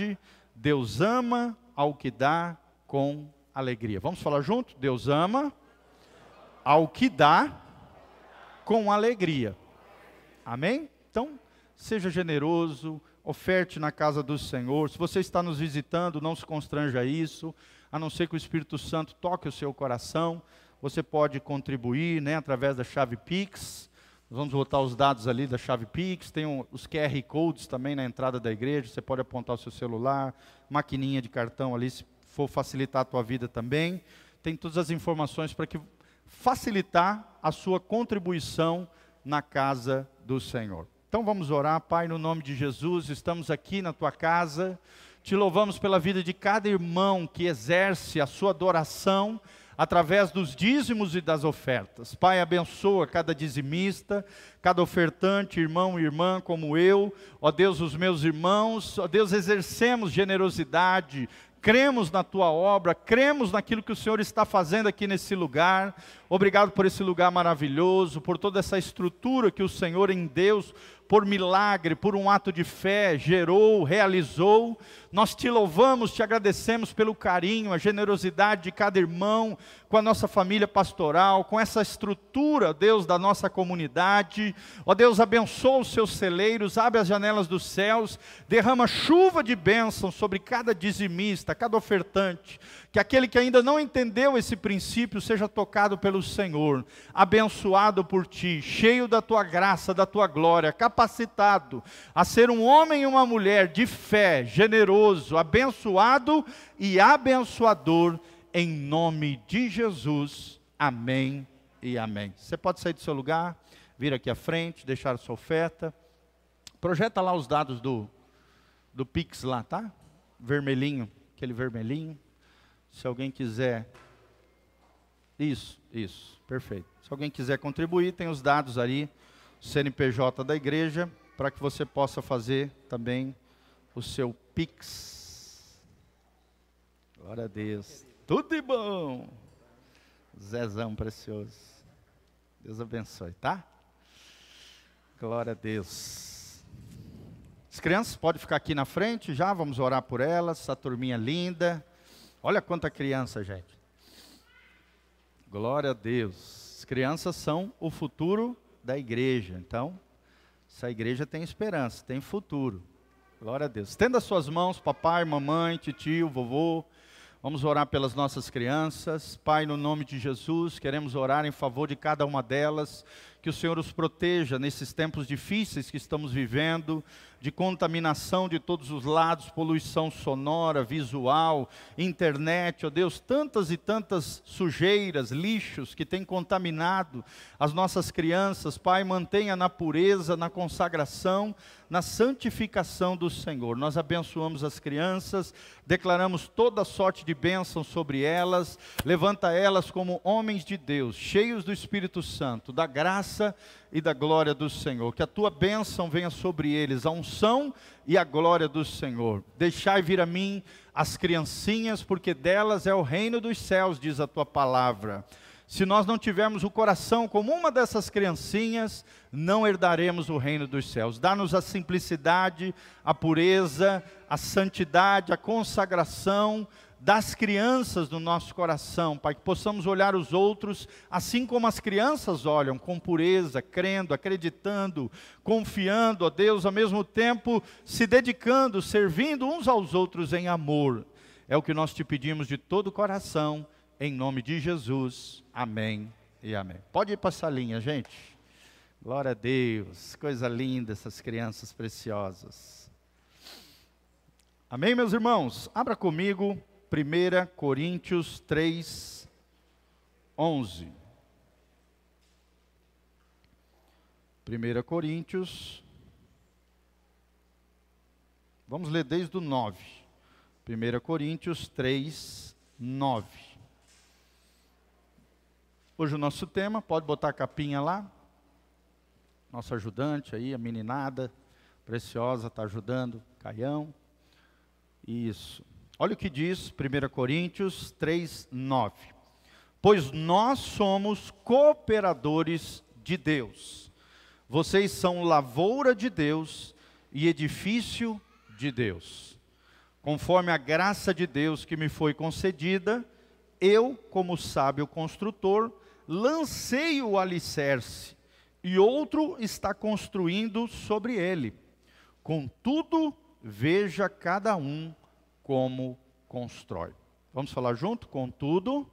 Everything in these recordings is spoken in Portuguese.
necessidade, Deus ama ao que dá com alegria. Vamos falar junto? Deus ama ao que dá com alegria. Amém? Então, seja generoso, oferte na casa do Senhor. Se você está nos visitando, não se constranja a isso, a não ser que o Espírito Santo toque o seu coração. Você pode contribuir, através da chave Pix. Nós vamos botar os dados ali da chave Pix. Tem os QR Codes também na entrada da igreja. Você pode apontar o seu celular, maquininha de cartão ali, se for facilitar a tua vida também. Tem todas as informações para facilitar a sua contribuição na casa do Senhor. Então vamos orar. Pai, no nome de Jesus, estamos aqui na tua casa. Te louvamos pela vida de cada irmão que exerce a sua adoração através dos dízimos e das ofertas. Pai, abençoa cada dizimista, cada ofertante, irmão e irmã como eu. Ó Deus, os meus irmãos, ó Deus, exercemos generosidade, cremos na tua obra, cremos naquilo que o Senhor está fazendo aqui nesse lugar. Obrigado por esse lugar maravilhoso, por toda essa estrutura que o Senhor em Deus, por milagre, por um ato de fé, gerou, realizou. Nós te louvamos, te agradecemos pelo carinho, a generosidade de cada irmão, com a nossa família pastoral, com essa estrutura, Deus, da nossa comunidade. Ó Deus, abençoa os seus celeiros, abre as janelas dos céus, derrama chuva de bênção sobre cada dizimista, cada ofertante, que aquele que ainda não entendeu esse princípio seja tocado pelo Senhor, abençoado por ti, cheio da tua graça, da tua glória, capacitado a ser um homem e uma mulher de fé, generoso, abençoado e abençoador, em nome de Jesus. Amém e amém. Você pode sair do seu lugar, vir aqui à frente, deixar a sua oferta. Projeta lá os dados do Pix lá, tá? Vermelhinho, aquele vermelhinho. Se alguém quiser, isso, perfeito. Se alguém quiser contribuir, tem os dados ali, o CNPJ da igreja, para que você possa fazer também o seu Pix. Glória a Deus. Tudo de bom. Zezão precioso. Deus abençoe, tá? Glória a Deus. As crianças podem ficar aqui na frente já, vamos orar por elas, essa turminha linda. Olha quanta criança, gente. Glória a Deus. As crianças são o futuro da igreja. Então, essa igreja tem esperança, tem futuro. Glória a Deus. Estenda as suas mãos, papai, mamãe, tio, vovô. Vamos orar pelas nossas crianças. Pai, no nome de Jesus, queremos orar em favor de cada uma delas. Que o Senhor os proteja nesses tempos difíceis que estamos vivendo, de contaminação de todos os lados, poluição sonora, visual, internet, ó Deus, tantas e tantas sujeiras, lixos que têm contaminado as nossas crianças. Pai, mantenha na pureza, na consagração, na santificação do Senhor. Nós abençoamos as crianças, declaramos toda sorte de bênção sobre elas, levanta elas como homens de Deus, cheios do Espírito Santo, da graça e da glória do Senhor. Que a tua bênção venha sobre eles, a unção e a glória do Senhor. Deixai vir a mim as criancinhas, porque delas é o reino dos céus, diz a tua palavra. Se nós não tivermos o coração como uma dessas criancinhas, não herdaremos o reino dos céus. Dá-nos a simplicidade, a pureza, a santidade, a consagração das crianças no nosso coração, Pai, que possamos olhar os outros assim como as crianças olham, com pureza, crendo, acreditando, confiando, ó Deus, ao mesmo tempo se dedicando, servindo uns aos outros em amor. É o que nós te pedimos de todo o coração, em nome de Jesus. Amém e amém. Pode ir para a salinha, gente. Glória a Deus, coisa linda essas crianças preciosas. Amém, meus irmãos? Abra comigo 1 Coríntios 3, 11. 1 Coríntios, vamos ler desde o 9. 1 Coríntios 3, 9. Hoje o nosso tema, pode botar a capinha lá. Nosso ajudante aí, a meninada preciosa, está ajudando, Caião. Isso. Olha o que diz 1 Coríntios 3, 9. Pois nós somos cooperadores de Deus. Vocês são lavoura de Deus e edifício de Deus. Conforme a graça de Deus que me foi concedida, eu, como sábio construtor, lancei o alicerce, e outro está construindo sobre ele. Contudo, veja cada um como constrói. Vamos falar junto? Contudo,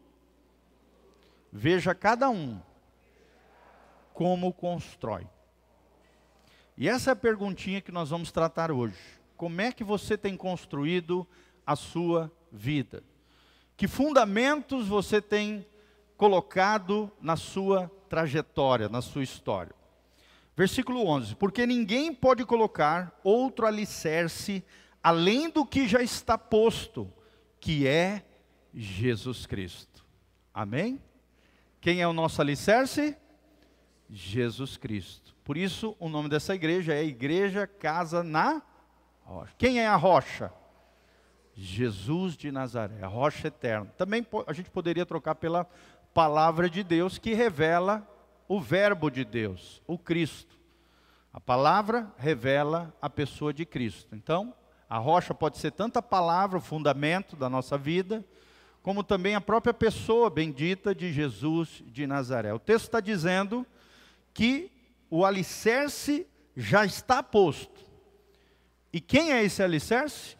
veja cada um como constrói. E essa é a perguntinha que nós vamos tratar hoje. Como é que você tem construído a sua vida? Que fundamentos você tem colocado na sua trajetória, na sua história? Versículo 11. Porque ninguém pode colocar outro alicerce além do que já está posto, que é Jesus Cristo. Amém? Quem é o nosso alicerce? Jesus Cristo. Por isso o nome dessa igreja é Igreja Casa na Rocha. Quem é a rocha? Jesus de Nazaré, a rocha eterna. Também a gente poderia trocar pela palavra de Deus, que revela o verbo de Deus, o Cristo. A palavra revela a pessoa de Cristo. Então, a rocha pode ser tanto a palavra, o fundamento da nossa vida, como também a própria pessoa bendita de Jesus de Nazaré. O texto está dizendo que o alicerce já está posto. E quem é esse alicerce?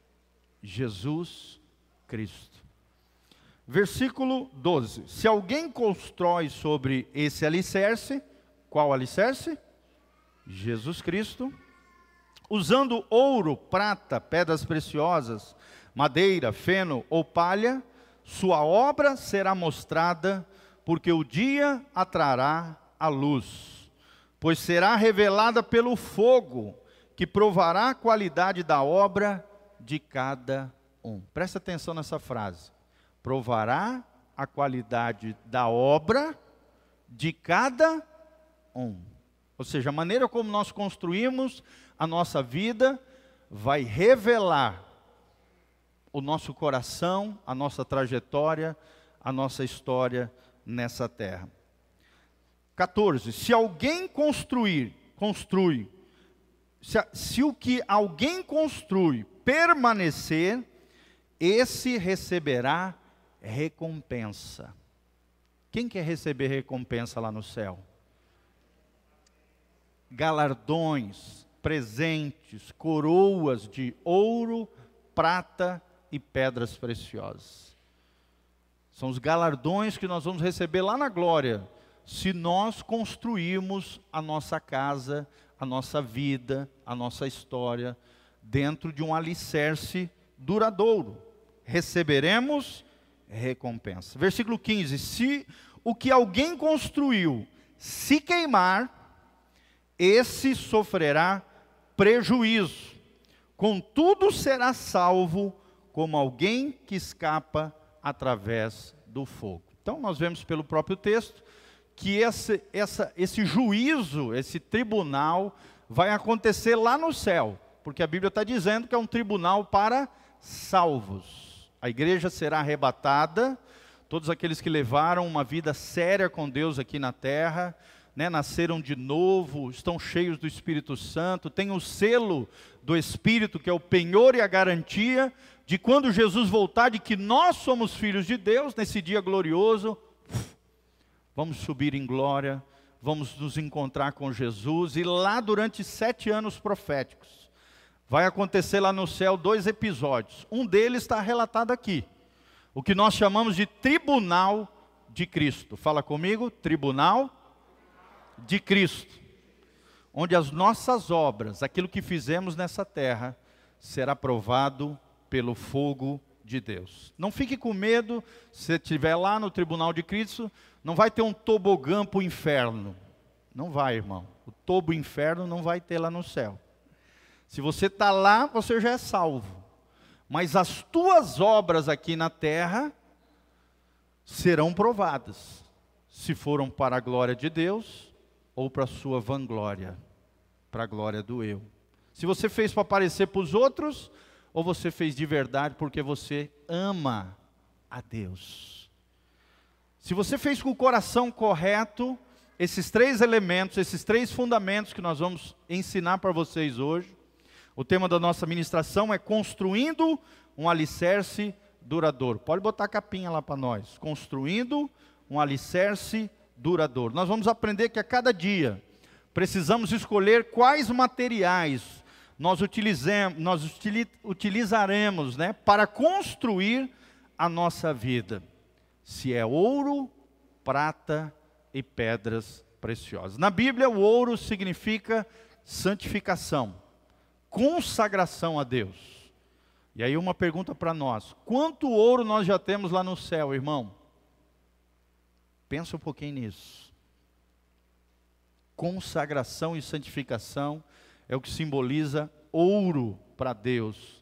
Jesus Cristo. Versículo 12. Se alguém constrói sobre esse alicerce, qual alicerce? Jesus Cristo. Usando ouro, prata, pedras preciosas, madeira, feno ou palha, sua obra será mostrada, porque o dia a trará a luz, pois será revelada pelo fogo, que provará a qualidade da obra de cada um. Presta atenção nessa frase. Provará a qualidade da obra de cada um. Ou seja, a maneira como nós construímos a nossa vida vai revelar o nosso coração, a nossa trajetória, a nossa história nessa terra. 14. Se alguém constrói, se o que alguém construi permanecer, esse receberá recompensa. Quem quer receber recompensa lá no céu? Galardões, presentes, coroas de ouro, prata e pedras preciosas. São os galardões que nós vamos receber lá na glória, se nós construirmos a nossa casa, a nossa vida, a nossa história, dentro de um alicerce duradouro. Receberemos recompensa. Versículo 15. Se o que alguém construiu se queimar, esse sofrerá prejuízo. Contudo, será salvo como alguém que escapa através do fogo. Então, nós vemos pelo próprio texto que esse juízo, esse tribunal, vai acontecer lá no céu, porque a Bíblia está dizendo que é um tribunal para salvos. A igreja será arrebatada, todos aqueles que levaram uma vida séria com Deus aqui na terra, nasceram de novo, estão cheios do Espírito Santo, têm o selo do Espírito, que é o penhor e a garantia de quando Jesus voltar, de que nós somos filhos de Deus, nesse dia glorioso, vamos subir em glória, vamos nos encontrar com Jesus, e lá durante 7 anos proféticos, vai acontecer lá no céu 2 episódios, um deles está relatado aqui, o que nós chamamos de tribunal de Cristo. Fala comigo, tribunal de Cristo, onde as nossas obras, aquilo que fizemos nessa terra, será provado pelo fogo de Deus. Não fique com medo, se você estiver lá no tribunal de Cristo, não vai ter um tobogã para o inferno. Não vai, irmão. O tobo inferno não vai ter lá no céu. Se você está lá, você já é salvo. Mas as tuas obras aqui na terra serão provadas, se foram para a glória de Deus ou para a sua vanglória, para a glória do eu. Se você fez para aparecer para os outros, ou você fez de verdade porque você ama a Deus. Se você fez com o coração correto, esses 3 elementos, esses 3 fundamentos que nós vamos ensinar para vocês hoje, O tema da nossa ministração é construindo um alicerce duradouro. Pode botar a capinha lá para nós. Construindo um alicerce duradouro. Nós vamos aprender que a cada dia precisamos escolher quais materiais nós utilizaremos, né, para construir a nossa vida. Se é ouro, prata e pedras preciosas. Na Bíblia, o ouro significa santificação, consagração a Deus. E aí uma pergunta para nós: quanto ouro nós já temos lá no céu, irmão? Pensa um pouquinho nisso. Consagração e santificação é o que simboliza ouro para Deus.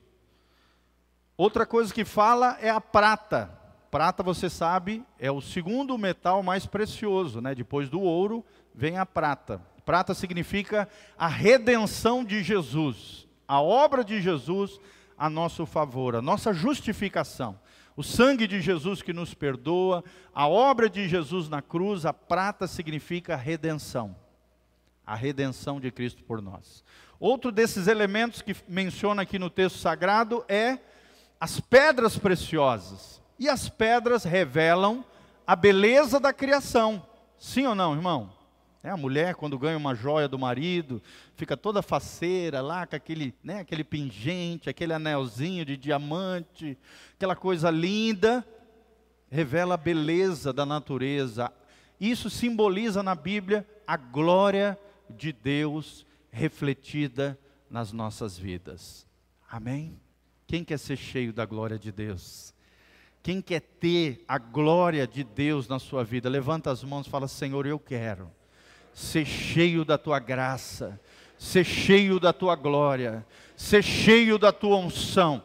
Outra coisa que fala é a prata. Prata, você sabe, é o segundo metal mais precioso, né? Depois do ouro vem a prata. Prata significa a redenção de Jesus, a obra de Jesus a nosso favor, a nossa justificação. O sangue de Jesus que nos perdoa, a obra de Jesus na cruz. A prata significa redenção, a redenção de Cristo por nós. Outro desses elementos que menciona aqui no texto sagrado é as pedras preciosas. E as pedras revelam a beleza da criação. Sim ou não, irmão? A mulher, quando ganha uma joia do marido, fica toda faceira lá, com aquele, né, aquele pingente, aquele anelzinho de diamante, aquela coisa linda, revela a beleza da natureza. Isso simboliza na Bíblia a glória de Deus refletida nas nossas vidas. Amém? Quem quer ser cheio da glória de Deus? Quem quer ter a glória de Deus na sua vida? Levanta as mãos e fala: Senhor, eu quero ser cheio da tua graça, ser cheio da tua glória, ser cheio da tua unção.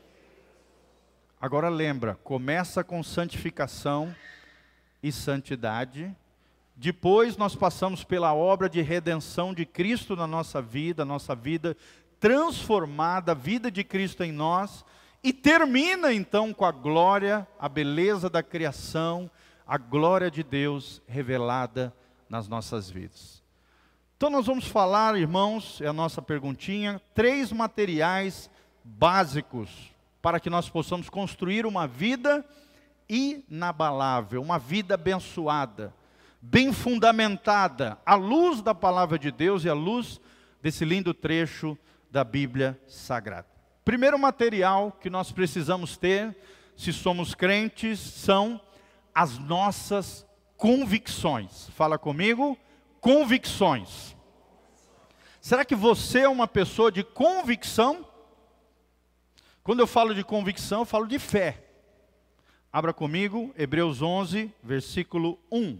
Agora lembra, começa com santificação e santidade. Depois nós passamos pela obra de redenção de Cristo na nossa vida transformada, a vida de Cristo em nós. E termina então com a glória, a beleza da criação, a glória de Deus revelada nas nossas vidas. Então nós vamos falar, irmãos, é a nossa perguntinha, 3 materiais básicos para que nós possamos construir uma vida inabalável, uma vida abençoada, bem fundamentada, à luz da palavra de Deus e à luz desse lindo trecho da Bíblia Sagrada. Primeiro material que nós precisamos ter, se somos crentes, são as nossas convicções. Fala comigo, convicções. Será que você é uma pessoa de convicção? Quando eu falo de convicção, eu falo de fé. Abra comigo, Hebreus 11, versículo 1.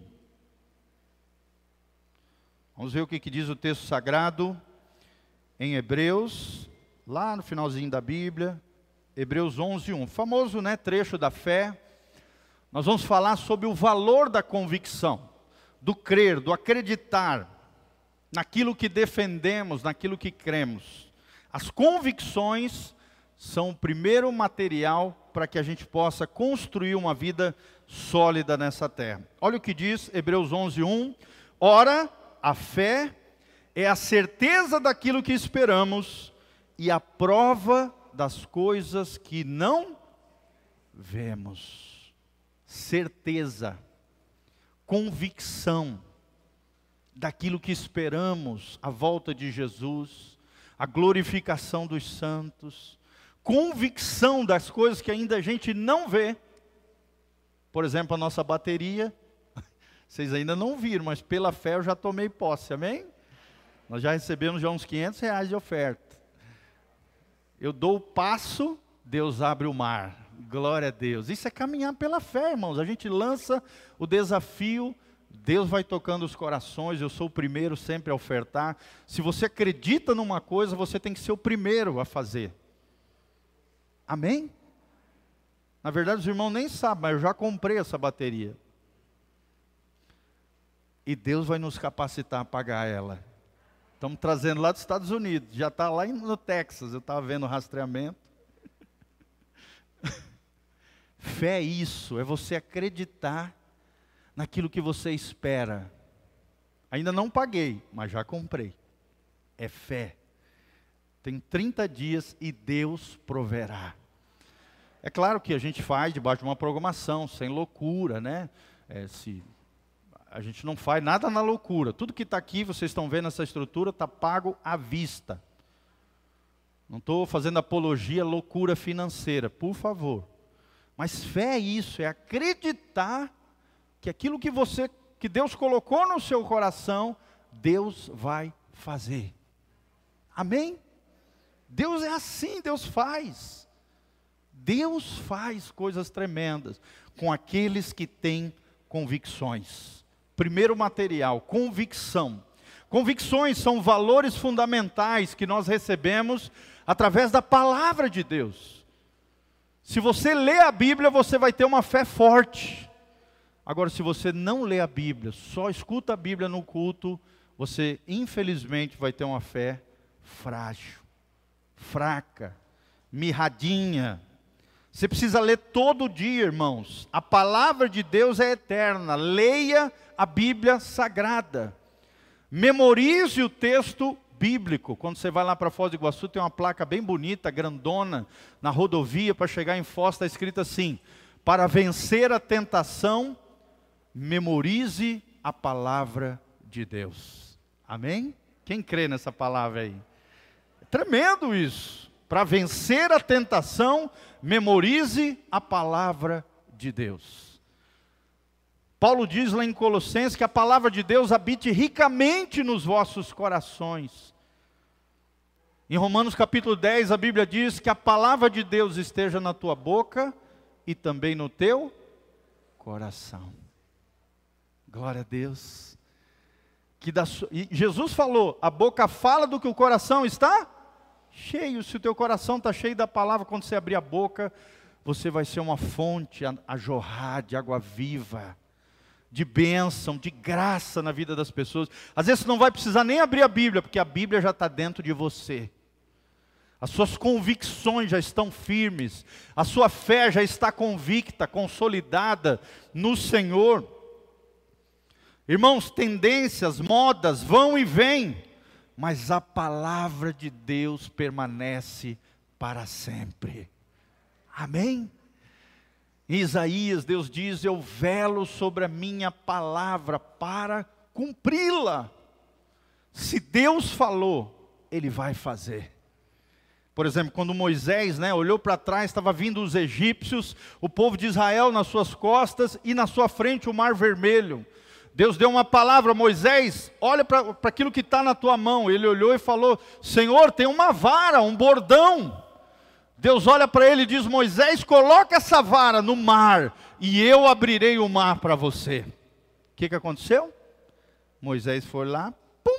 Vamos ver o que diz o texto sagrado em Hebreus, lá no finalzinho da Bíblia, Hebreus 11, 1. Famoso, né, trecho da fé. Nós vamos falar sobre o valor da convicção, do crer, do acreditar naquilo que defendemos, naquilo que cremos. As convicções são o primeiro material para que a gente possa construir uma vida sólida nessa terra. Olha o que diz Hebreus 11, 1. Ora, a fé é a certeza daquilo que esperamos e a prova das coisas que não vemos. Certeza, convicção daquilo que esperamos, a volta de Jesus, a glorificação dos santos, convicção das coisas que ainda a gente não vê. Por exemplo, a nossa bateria, vocês ainda não viram, mas pela fé eu já tomei posse, amém? Nós já recebemos já uns R$500 de oferta. Eu dou o passo, Deus abre o mar. Glória a Deus. Isso é caminhar pela fé, irmãos. A gente lança o desafio, Deus vai tocando os corações. Eu sou o primeiro sempre a ofertar. Se você acredita numa coisa, você tem que ser o primeiro a fazer. Amém? Na verdade, os irmãos nem sabem, mas eu já comprei essa bateria. E Deus vai nos capacitar a pagar ela. Estamos trazendo lá dos Estados Unidos. Já está lá no Texas. Eu estava vendo o rastreamento. Fé é isso, é você acreditar naquilo que você espera. Ainda não paguei, mas já comprei. É fé. Tem 30 dias e Deus proverá. É claro que a gente faz debaixo de uma programação, sem loucura, né? A gente não faz nada na loucura. Tudo que está aqui, vocês estão vendo essa estrutura, está pago à vista. Não estou fazendo apologia à loucura financeira, por favor. Mas fé é isso, é acreditar que aquilo que Deus colocou no seu coração, Deus vai fazer. Amém? Deus é assim, Deus faz. Deus faz coisas tremendas com aqueles que têm convicções. Primeiro material, convicção. Convicções são valores fundamentais que nós recebemos através da palavra de Deus. Se você lê a Bíblia, você vai ter uma fé forte. Agora, se você não lê a Bíblia, só escuta a Bíblia no culto, você infelizmente vai ter uma fé frágil, fraca, mirradinha. Você precisa ler todo dia, irmãos. A palavra de Deus é eterna. Leia a Bíblia Sagrada. Memorize o texto bíblico. Quando você vai lá para Foz do Iguaçu, tem uma placa bem bonita, grandona, na rodovia, para chegar em Foz, está escrito assim: para vencer a tentação, memorize a palavra de Deus. Amém? Quem crê nessa palavra aí? É tremendo isso. Para vencer a tentação, memorize a palavra de Deus. Paulo diz lá em Colossenses que a palavra de Deus habite ricamente nos vossos corações. Em Romanos capítulo 10, a Bíblia diz que a palavra de Deus esteja na tua boca e também no teu coração. Glória a Deus. E Jesus falou, a boca fala do que o coração está cheio. Se o teu coração está cheio da palavra, quando você abrir a boca, você vai ser uma fonte a jorrar de água viva, de bênção, de graça na vida das pessoas. Às vezes você não vai precisar nem abrir a Bíblia, porque a Bíblia já está dentro de você. As suas convicções já estão firmes, a sua fé já está convicta, consolidada no Senhor. Irmãos, tendências, modas vão e vêm, mas a palavra de Deus permanece para sempre. Amém? Em Isaías, Deus diz, eu velo sobre a minha palavra para cumpri-la. Se Deus falou, Ele vai fazer. Por exemplo, quando Moisés, olhou para trás, estava vindo os egípcios, o povo de Israel nas suas costas e na sua frente o mar vermelho. Deus deu uma palavra, Moisés, olha para aquilo que está na tua mão. Ele olhou e falou, Senhor, tem uma vara, um bordão. Deus olha para ele e diz, Moisés, coloca essa vara no mar, e eu abrirei o mar para você. O que aconteceu? Moisés foi lá,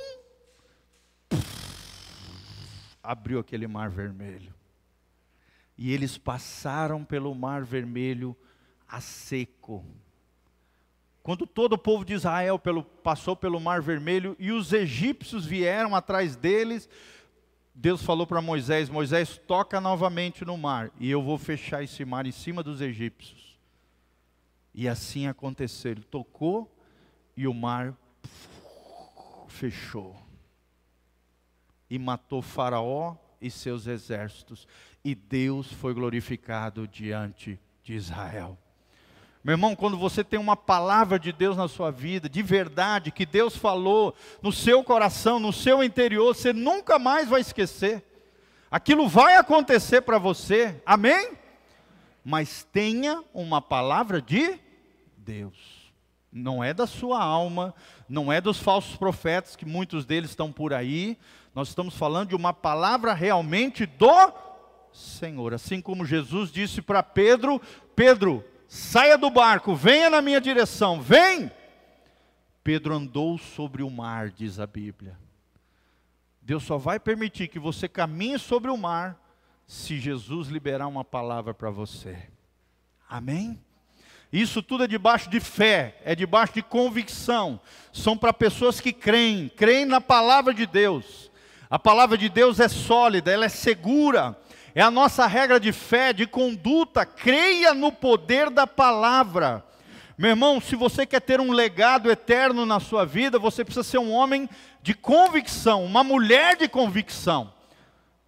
abriu aquele mar vermelho. E eles passaram pelo mar vermelho a seco. Quando todo o povo de Israel passou pelo mar vermelho e os egípcios vieram atrás deles, Deus falou para Moisés, Moisés, toca novamente no mar, e eu vou fechar esse mar em cima dos egípcios. E assim aconteceu, ele tocou e o mar fechou. E matou Faraó e seus exércitos. E Deus foi glorificado diante de Israel. Meu irmão, quando você tem uma palavra de Deus na sua vida, de verdade, que Deus falou no seu coração, no seu interior, você nunca mais vai esquecer. Aquilo vai acontecer para você, amém? Mas tenha uma palavra de Deus. Não é da sua alma, não é dos falsos profetas, que muitos deles estão por aí. Nós estamos falando de uma palavra realmente do Senhor. Assim como Jesus disse para Pedro, Pedro, saia do barco, venha na minha direção, vem. Pedro andou sobre o mar, diz a Bíblia. Deus só vai permitir que você caminhe sobre o mar, se Jesus liberar uma palavra para você. Amém? Isso tudo é debaixo de fé, é debaixo de convicção. São para pessoas que creem na palavra de Deus. A palavra de Deus é sólida, ela é segura. É a nossa regra de fé, de conduta. Creia no poder da palavra. Meu irmão, se você quer ter um legado eterno na sua vida, você precisa ser um homem de convicção, uma mulher de convicção.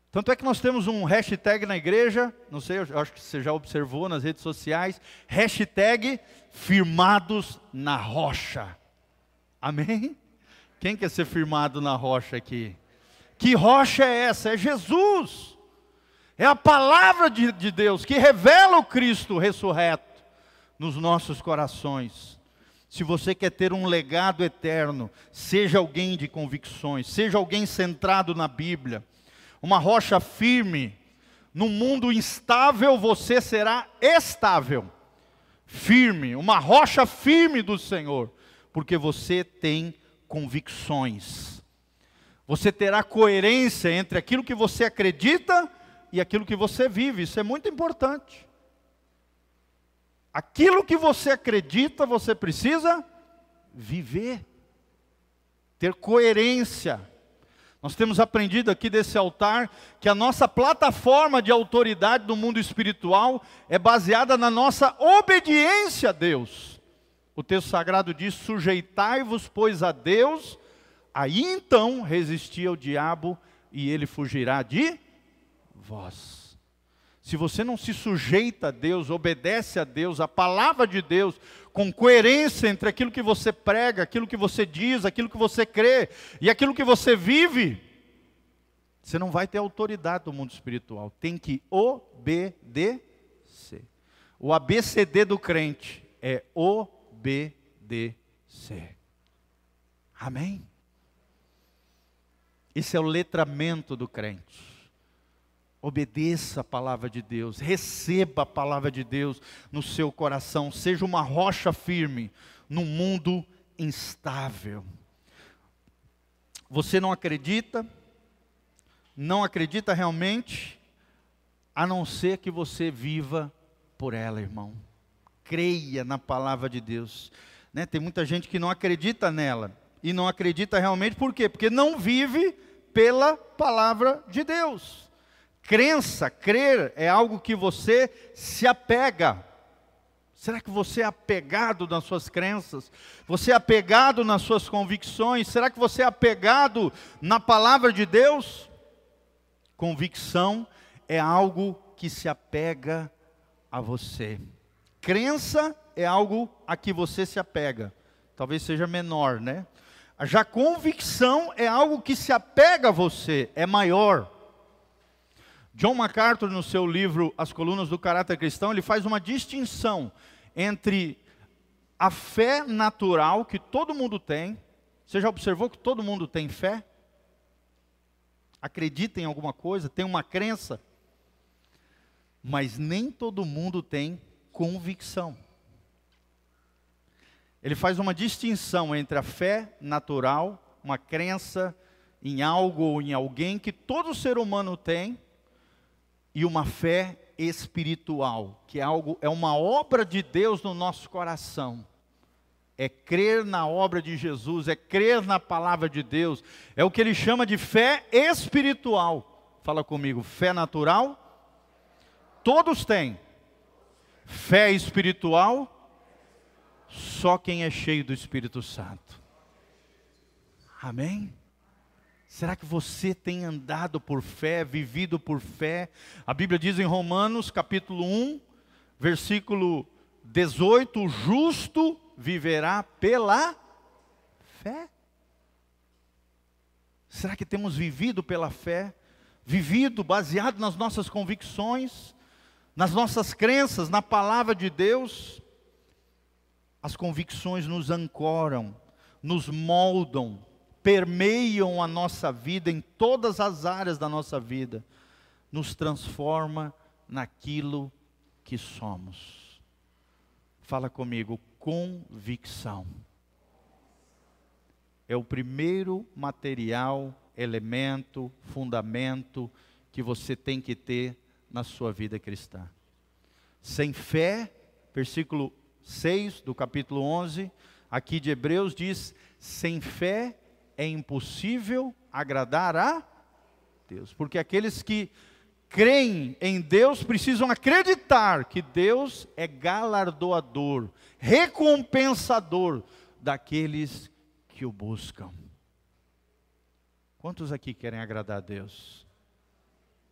Tanto é que nós temos um hashtag na igreja, não sei, eu acho que você já observou nas redes sociais, hashtag firmados na rocha. Amém? Quem quer ser firmado na rocha aqui? Que rocha é essa? É Jesus. É a palavra de Deus que revela o Cristo ressurreto nos nossos corações. Se você quer ter um legado eterno, seja alguém de convicções, seja alguém centrado na Bíblia, uma rocha firme. No mundo instável você será estável, firme, uma rocha firme do Senhor, porque você tem convicções. Você terá coerência entre aquilo que você acredita e aquilo que você vive. Isso é muito importante. Aquilo que você acredita, você precisa viver, ter coerência. Nós temos aprendido aqui desse altar que a nossa plataforma de autoridade no mundo espiritual é baseada na nossa obediência a Deus. O texto sagrado diz: sujeitai-vos, pois, a Deus, aí então resistir ao diabo e ele fugirá de vós. Se você não se sujeita a Deus, obedece a Deus, a palavra de Deus, com coerência entre aquilo que você prega, aquilo que você diz, aquilo que você crê e aquilo que você vive, você não vai ter autoridade no mundo espiritual. Tem que obedecer. O ABCD do crente é obedecer. Amém? Esse é o letramento do crente. Obedeça a palavra de Deus, receba a palavra de Deus no seu coração, seja uma rocha firme num mundo instável. Você não acredita realmente, a não ser que você viva por ela, irmão. Creia na palavra de Deus. Né? Tem muita gente que não acredita nela, e não acredita realmente, por quê? Porque não vive pela palavra de Deus. Crença, crer, é algo que você se apega. Será que você é apegado nas suas crenças? Você é apegado nas suas convicções? Será que você é apegado na palavra de Deus? Convicção é algo que se apega a você. Crença é algo a que você se apega. Talvez seja menor, né? Já convicção é algo que se apega a você, é maior. John MacArthur, no seu livro As Colunas do Caráter Cristão, ele faz uma distinção entre a fé natural que todo mundo tem. Você já observou que todo mundo tem fé? Acredita em alguma coisa, tem uma crença, mas nem todo mundo tem convicção. Ele faz uma distinção entre a fé natural, uma crença em algo ou em alguém que todo ser humano tem, e uma fé espiritual, que é uma obra de Deus no nosso coração. É crer na obra de Jesus, é crer na palavra de Deus. É o que ele chama de fé espiritual. Fala comigo, fé natural, todos têm. Fé espiritual, só quem é cheio do Espírito Santo. Amém? Será que você tem andado por fé, vivido por fé? A Bíblia diz em Romanos, capítulo 1, versículo 18, o justo viverá pela fé. Será que temos vivido pela fé? Vivido baseado nas nossas convicções, nas nossas crenças, na palavra de Deus? As convicções nos ancoram, nos moldam, permeiam a nossa vida em todas as áreas da nossa vida, nos transforma naquilo que somos. Fala comigo, convicção. É o primeiro material, elemento, fundamento que você tem que ter na sua vida cristã. Sem fé, versículo 6 do capítulo 11, aqui de Hebreus diz, sem fé é impossível agradar a Deus, porque aqueles que creem em Deus precisam acreditar que Deus é galardoador, recompensador daqueles que o buscam. Quantos aqui querem agradar a Deus?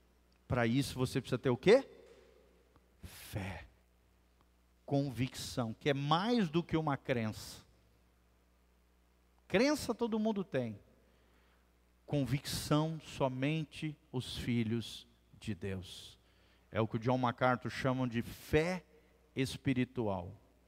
para isso você precisa ter o quê? Fé. Convicção, que é mais do que uma crença. Crença todo mundo tem. Convicção somente os filhos de Deus. É o que o John MacArthur chama de fé espiritual.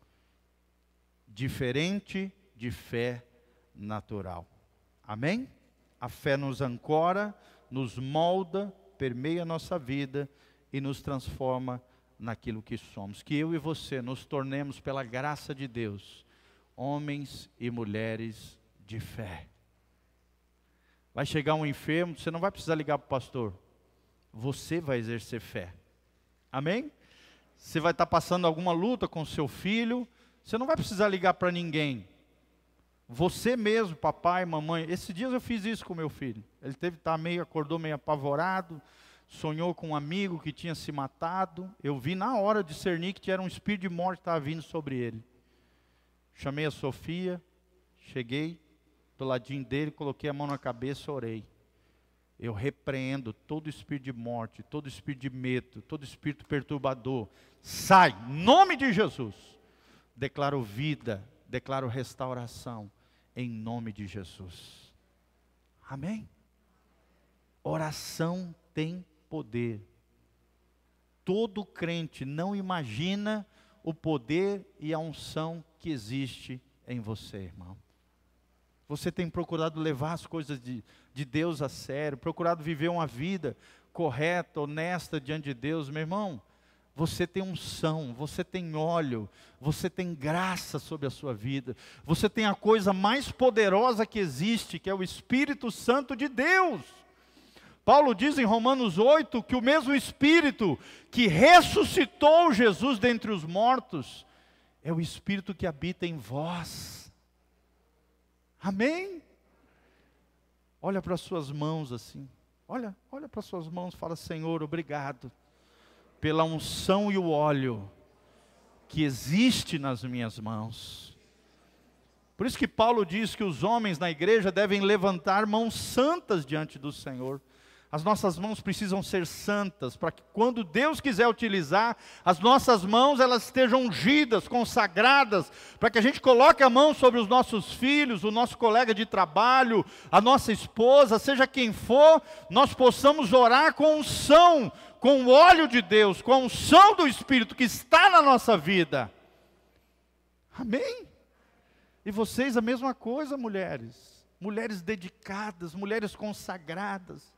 Diferente de fé natural. Amém? A fé nos ancora, nos molda, permeia a nossa vida e nos transforma naquilo que somos. Que eu e você nos tornemos, pela graça de Deus, homens e mulheres de fé. Vai chegar um enfermo, você não vai precisar ligar para o pastor. Você vai exercer fé. Amém? Você vai estar passando alguma luta com seu filho, você não vai precisar ligar para ninguém. Você mesmo, papai, mamãe. Esses dias eu fiz isso com meu filho. Ele acordou meio apavorado, sonhou com um amigo que tinha se matado. Eu vi na hora discernir que era um espírito de morte que estava vindo sobre ele. Chamei a Sofia, cheguei do ladinho dele, coloquei a mão na cabeça e orei. Eu repreendo todo espírito de morte, todo espírito de medo, todo espírito perturbador. Sai, em nome de Jesus. Declaro vida, declaro restauração, em nome de Jesus. Amém? Oração tem poder. Todo crente não imagina o poder e a unção que existe em você, irmão. Você tem procurado levar as coisas de Deus a sério, procurado viver uma vida correta, honesta diante de Deus, meu irmão. Você tem unção, você tem óleo, você tem graça sobre a sua vida. Você tem a coisa mais poderosa que existe, que é o Espírito Santo de Deus. Paulo diz em Romanos 8 que o mesmo Espírito que ressuscitou Jesus dentre os mortos, é o Espírito que habita em vós. Amém? Olha para as suas mãos assim. Olha para as suas mãos e fala: Senhor, obrigado pela unção e o óleo que existe nas minhas mãos. Por isso que Paulo diz que os homens na igreja devem levantar mãos santas diante do Senhor. As nossas mãos precisam ser santas, para que quando Deus quiser utilizar, as nossas mãos elas estejam ungidas, consagradas, para que a gente coloque a mão sobre os nossos filhos, o nosso colega de trabalho, a nossa esposa, seja quem for, nós possamos orar com unção, com o óleo de Deus, com a unção do Espírito que está na nossa vida. Amém? E vocês a mesma coisa, mulheres. Mulheres dedicadas, mulheres consagradas.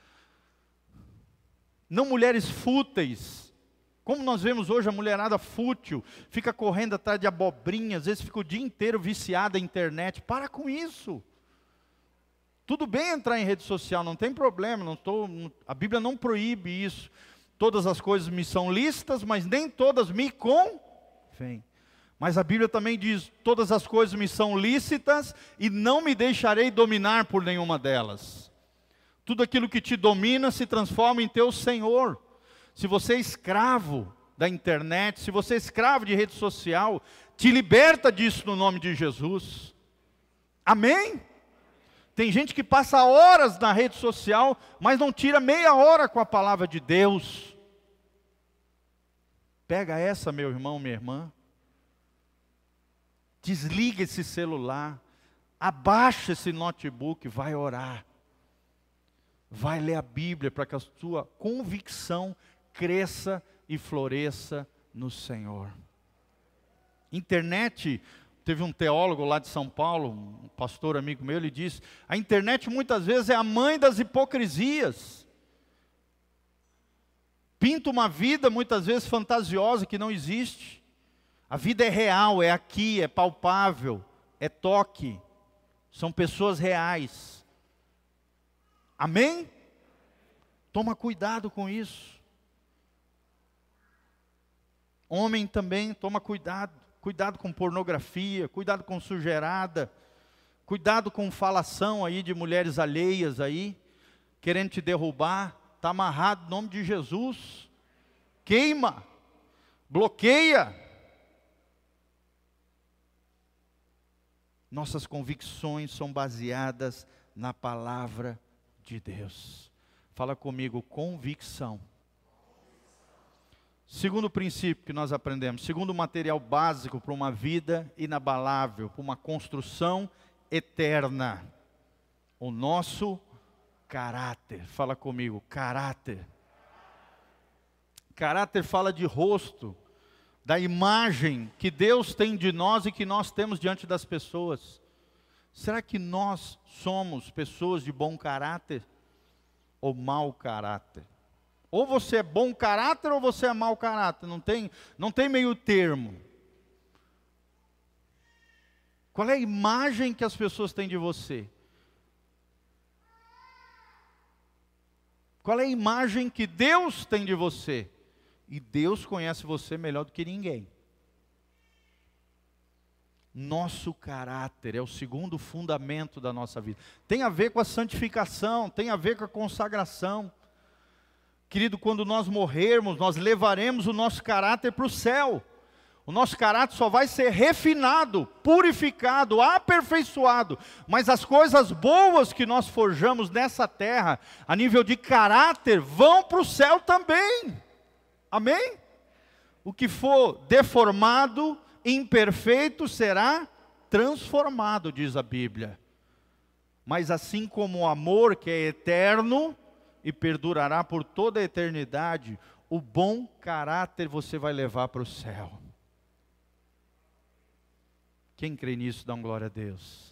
Não mulheres fúteis, como nós vemos hoje a mulherada fútil, fica correndo atrás de abobrinha, às vezes fica o dia inteiro viciada na internet. Para com isso. Tudo bem entrar em rede social, não tem problema, a Bíblia não proíbe isso. Todas as coisas me são lícitas, mas nem todas me convêm. Mas a Bíblia também diz: todas as coisas me são lícitas e não me deixarei dominar por nenhuma delas. Tudo aquilo que te domina se transforma em teu senhor. Se você é escravo da internet, se você é escravo de rede social, te liberta disso no nome de Jesus. Amém? Tem gente que passa horas na rede social, mas não tira meia hora com a palavra de Deus. Pega essa, meu irmão, minha irmã. Desliga esse celular. Abaixa esse notebook, vai orar. Vai ler a Bíblia para que a sua convicção cresça e floresça no Senhor. Internet, teve um teólogo lá de São Paulo, um pastor amigo meu, ele disse: a internet muitas vezes é a mãe das hipocrisias. Pinta uma vida muitas vezes fantasiosa que não existe. A vida é real, é aqui, é palpável, é toque. São pessoas reais. Amém? Toma cuidado com isso. Homem também, toma cuidado. Cuidado com pornografia, cuidado com sujeirada, cuidado com falação aí de mulheres alheias aí, querendo te derrubar. Está amarrado em nome de Jesus. Queima, bloqueia. Nossas convicções são baseadas na palavra de Deus. Fala comigo: convicção Segundo princípio que nós aprendemos, segundo material básico para uma vida inabalável, para uma construção eterna, o nosso caráter. Fala comigo, caráter. Caráter fala de rosto, da imagem que Deus tem de nós e que nós temos diante das pessoas. Será que nós somos pessoas de bom caráter ou mau caráter? Ou você é bom caráter ou você é mau caráter, não tem meio termo. Qual é a imagem que as pessoas têm de você? Qual é a imagem que Deus tem de você? E Deus conhece você melhor do que ninguém. Nosso caráter é o segundo fundamento da nossa vida. Tem a ver com a santificação, tem a ver com a consagração. Querido, quando nós morrermos, nós levaremos o nosso caráter para o céu. O nosso caráter só vai ser refinado, purificado, aperfeiçoado. Mas as coisas boas que nós forjamos nessa terra, a nível de caráter, vão para o céu também. Amém? O que for deformado, imperfeito, será transformado, diz a Bíblia. Mas assim como o amor que é eterno e perdurará por toda a eternidade, o bom caráter você vai levar para o céu. Quem crê nisso, dá uma glória a Deus.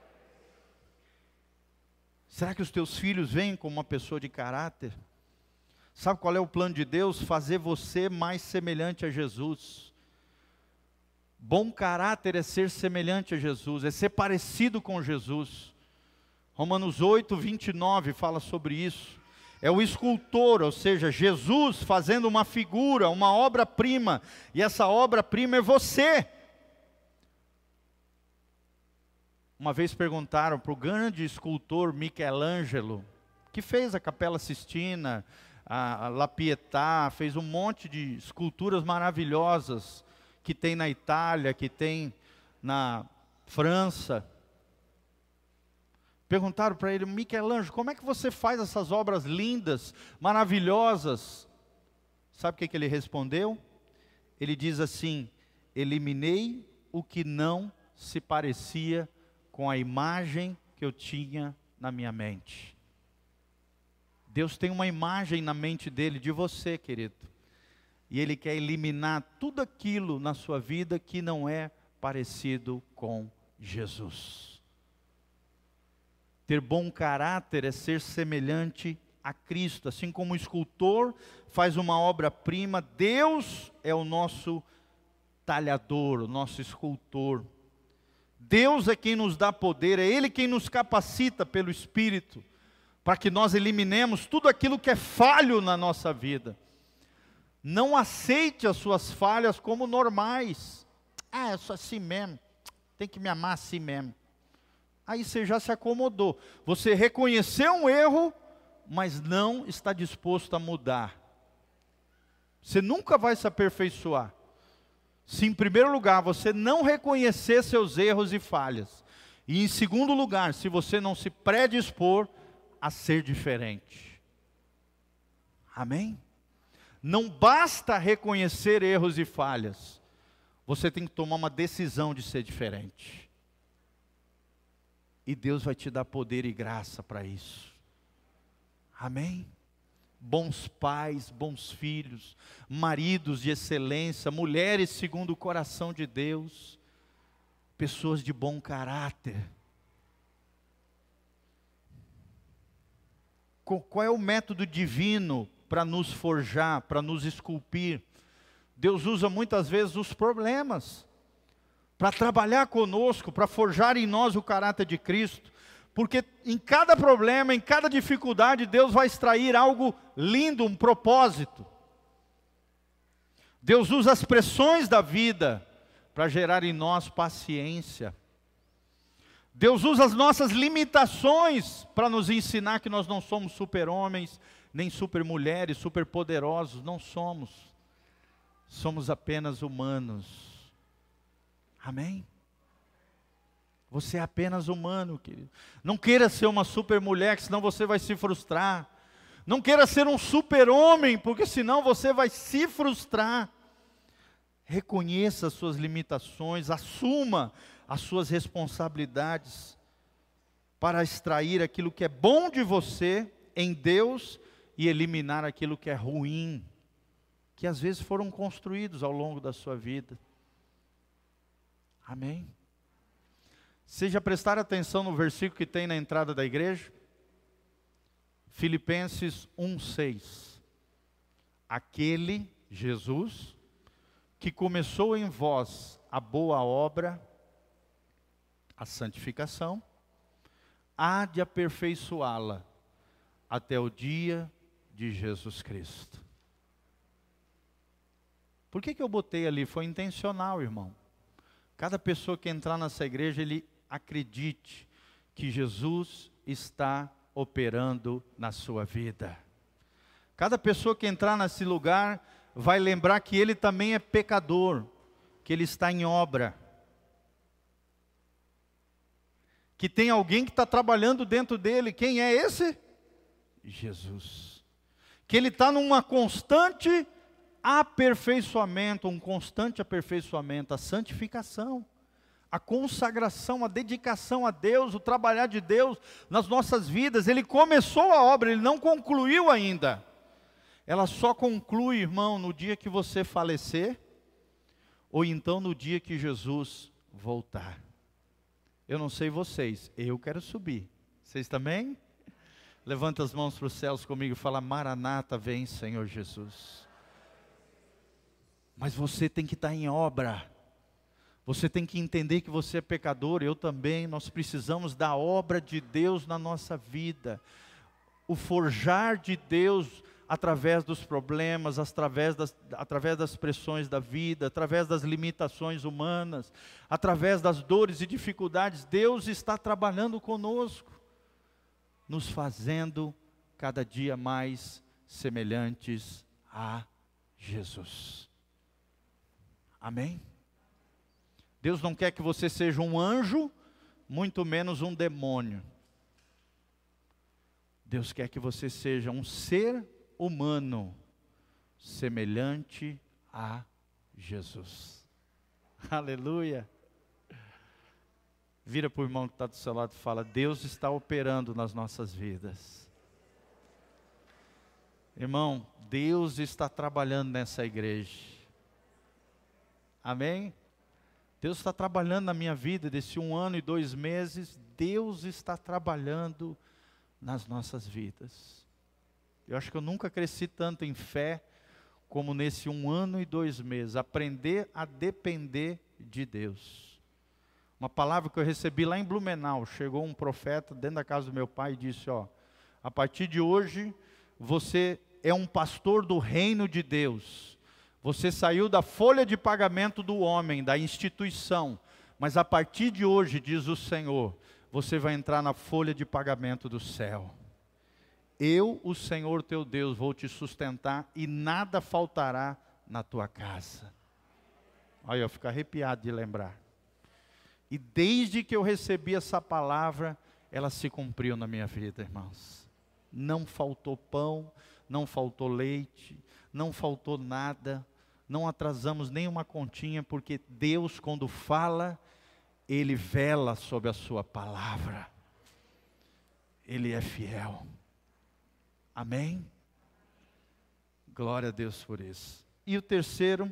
Será que os teus filhos vêm como uma pessoa de caráter? Sabe qual é o plano de Deus? Fazer você mais semelhante a Jesus. Bom caráter é ser semelhante a Jesus, é ser parecido com Jesus. Romanos 8, 29 fala sobre isso. É o escultor, ou seja, Jesus fazendo uma figura, uma obra-prima. E essa obra-prima é você. Uma vez perguntaram para o grande escultor Michelangelo, que fez a Capela Sistina, a La Pietà, fez um monte de esculturas maravilhosas, que tem na Itália, que tem na França. Perguntaram para ele, Michelangelo, como é que você faz essas obras lindas, maravilhosas? Sabe o que ele respondeu? Ele diz assim, eliminei o que não se parecia com a imagem que eu tinha na minha mente. Deus tem uma imagem na mente dele, de você, querido. E Ele quer eliminar tudo aquilo na sua vida que não é parecido com Jesus. Ter bom caráter é ser semelhante a Cristo. Assim como o escultor faz uma obra-prima, Deus é o nosso talhador, o nosso escultor. Deus é quem nos dá poder, é Ele quem nos capacita pelo Espírito, para que nós eliminemos tudo aquilo que é falho na nossa vida. Não aceite as suas falhas como normais. Ah, eu sou assim mesmo, tem que me amar assim mesmo. Aí você já se acomodou. Você reconheceu um erro, mas não está disposto a mudar. Você nunca vai se aperfeiçoar se, em primeiro lugar, você não reconhecer seus erros e falhas. E, em segundo lugar, se você não se predispor a ser diferente. Amém? Não basta reconhecer erros e falhas. Você tem que tomar uma decisão de ser diferente. E Deus vai te dar poder e graça para isso. Amém? Bons pais, bons filhos, maridos de excelência, mulheres segundo o coração de Deus, pessoas de bom caráter. Qual é o método divino para nos forjar, para nos esculpir? Deus usa muitas vezes os problemas para trabalhar conosco, para forjar em nós o caráter de Cristo. Porque em cada problema, em cada dificuldade, Deus vai extrair algo lindo, um propósito. Deus usa as pressões da vida para gerar em nós paciência. Deus usa as nossas limitações para nos ensinar que nós não somos super-homens, nem super-mulheres, super-poderosos. Não somos. Somos apenas humanos. Amém? Você é apenas humano, querido. Não queira ser uma super mulher, que senão você vai se frustrar. Não queira ser um super-homem, porque senão você vai se frustrar. Reconheça as suas limitações, assuma as suas responsabilidades para extrair aquilo que é bom de você em Deus e eliminar aquilo que é ruim, que às vezes foram construídos ao longo da sua vida. Amém? Seja prestar atenção no versículo que tem na entrada da igreja. Filipenses 1:6. Aquele, Jesus, que começou em vós a boa obra, a santificação, há de aperfeiçoá-la até o dia de Jesus Cristo. Por que eu botei ali? Foi intencional, irmão. Cada pessoa que entrar nessa igreja, ele acredite que Jesus está operando na sua vida. Cada pessoa que entrar nesse lugar vai lembrar que ele também é pecador, que ele está em obra, que tem alguém que está trabalhando dentro dele. Quem é esse? Jesus. Que ele está numa constante aperfeiçoamento, a santificação, a consagração, a dedicação a Deus, o trabalhar de Deus nas nossas vidas. Ele começou a obra, ele não concluiu ainda. Ela só conclui, irmão, no dia que você falecer, ou então no dia que Jesus voltar. Eu não sei vocês, eu quero subir. Vocês também? Levanta as mãos para os céus comigo e fala: Maranata, vem, Senhor Jesus. Mas você tem que estar em obra. Você tem que entender que você é pecador, eu também. Nós precisamos da obra de Deus na nossa vida. O forjar de Deus através dos problemas, através das pressões da vida, através das limitações humanas, através das dores e dificuldades. Deus está trabalhando conosco, nos fazendo cada dia mais semelhantes a Jesus. Amém? Deus não quer que você seja um anjo, muito menos um demônio. Deus quer que você seja um ser humano, semelhante a Jesus. Aleluia. Vira para o irmão que está do seu lado e fala: Deus está operando nas nossas vidas. Irmão, Deus está trabalhando nessa igreja. Amém? Deus está trabalhando na minha vida, desse 1 ano e 2 meses, Deus está trabalhando nas nossas vidas. Eu acho que eu nunca cresci tanto em fé, como nesse 1 ano e 2 meses, aprender a depender de Deus. Uma palavra que eu recebi lá em Blumenau, chegou um profeta dentro da casa do meu pai e disse: ó, a partir de hoje, você é um pastor do reino de Deus. Você saiu da folha de pagamento do homem, da instituição, mas a partir de hoje, diz o Senhor, você vai entrar na folha de pagamento do céu. Eu, o Senhor teu Deus, vou te sustentar e nada faltará na tua casa. Olha, eu fico arrepiado de lembrar. E desde que eu recebi essa palavra, ela se cumpriu na minha vida, irmãos. Não faltou pão, não faltou leite, não faltou nada, não atrasamos nenhuma continha, porque Deus, quando fala, Ele vela sobre a sua palavra. Ele é fiel. Amém? Glória a Deus por isso. E o terceiro,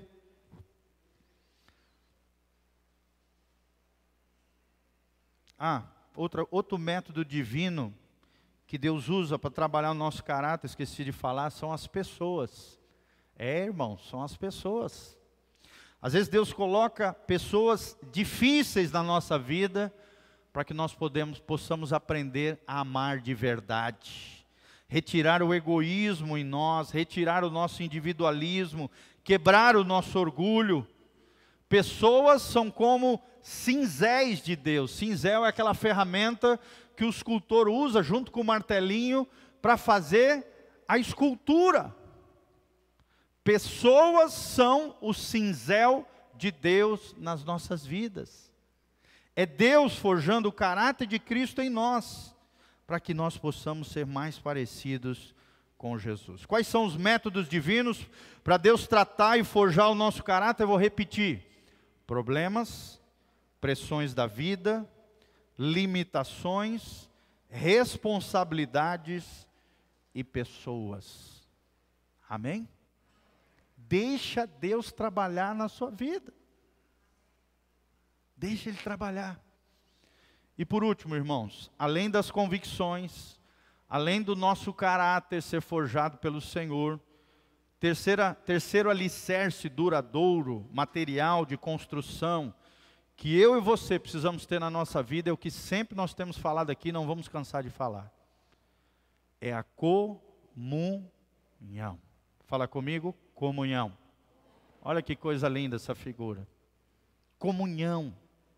outro método divino que Deus usa para trabalhar o nosso caráter, esqueci de falar, são as pessoas. Irmão, são as pessoas. Às vezes Deus coloca pessoas difíceis na nossa vida, para que nós possamos aprender a amar de verdade. Retirar o egoísmo em nós, retirar o nosso individualismo, quebrar o nosso orgulho. Pessoas são como cinzéis de Deus. Cinzel é aquela ferramenta que o escultor usa junto com o martelinho para fazer a escultura. Pessoas são o cinzel de Deus nas nossas vidas. É Deus forjando o caráter de Cristo em nós, para que nós possamos ser mais parecidos com com Jesus. Quais são os métodos divinos para Deus tratar e forjar o nosso caráter? Eu vou repetir: problemas, pressões da vida, limitações, responsabilidades e pessoas. Amém? Deixa Deus trabalhar na sua vida. Deixa Ele trabalhar. E por último, irmãos, além das convicções, além do nosso caráter ser forjado pelo Senhor, terceiro alicerce duradouro, material de construção, que eu e você precisamos ter na nossa vida, é o que sempre nós temos falado aqui, não vamos cansar de falar. É a comunhão. Fala comigo, comunhão. Olha que coisa linda essa figura. Comunhão.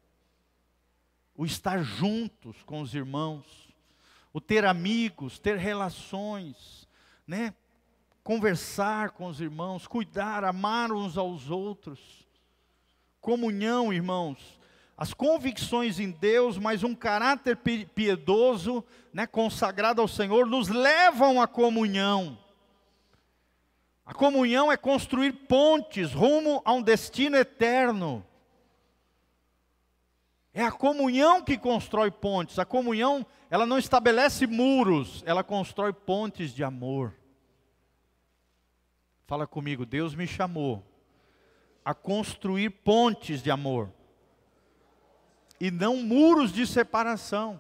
O estar juntos com os irmãos, o ter amigos, ter relações, né? Conversar com os irmãos, cuidar, amar uns aos outros. Comunhão, irmãos, as convicções em Deus, mas um caráter piedoso, né, consagrado ao Senhor, nos levam à comunhão. A comunhão é construir pontes rumo a um destino eterno. É a comunhão que constrói pontes. A comunhão, ela não estabelece muros, ela constrói pontes de amor. Fala comigo, Deus me chamou a construir pontes de amor. E não muros de separação.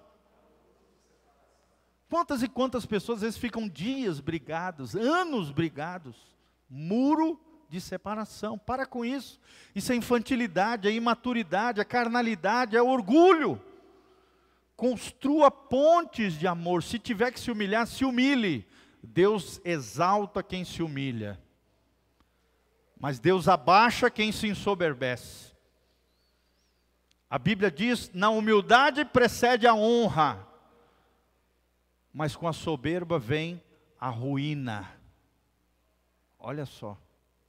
Quantas e quantas pessoas às vezes ficam dias brigados, anos brigados. Muro de separação. Para com isso. Isso é infantilidade, é imaturidade, é carnalidade, é orgulho. Construa pontes de amor. Se tiver que se humilhar, se humilhe. Deus exalta quem se humilha. Mas Deus abaixa quem se ensoberbece. A Bíblia diz, na humildade precede a honra. Mas com a soberba vem a ruína. Olha só.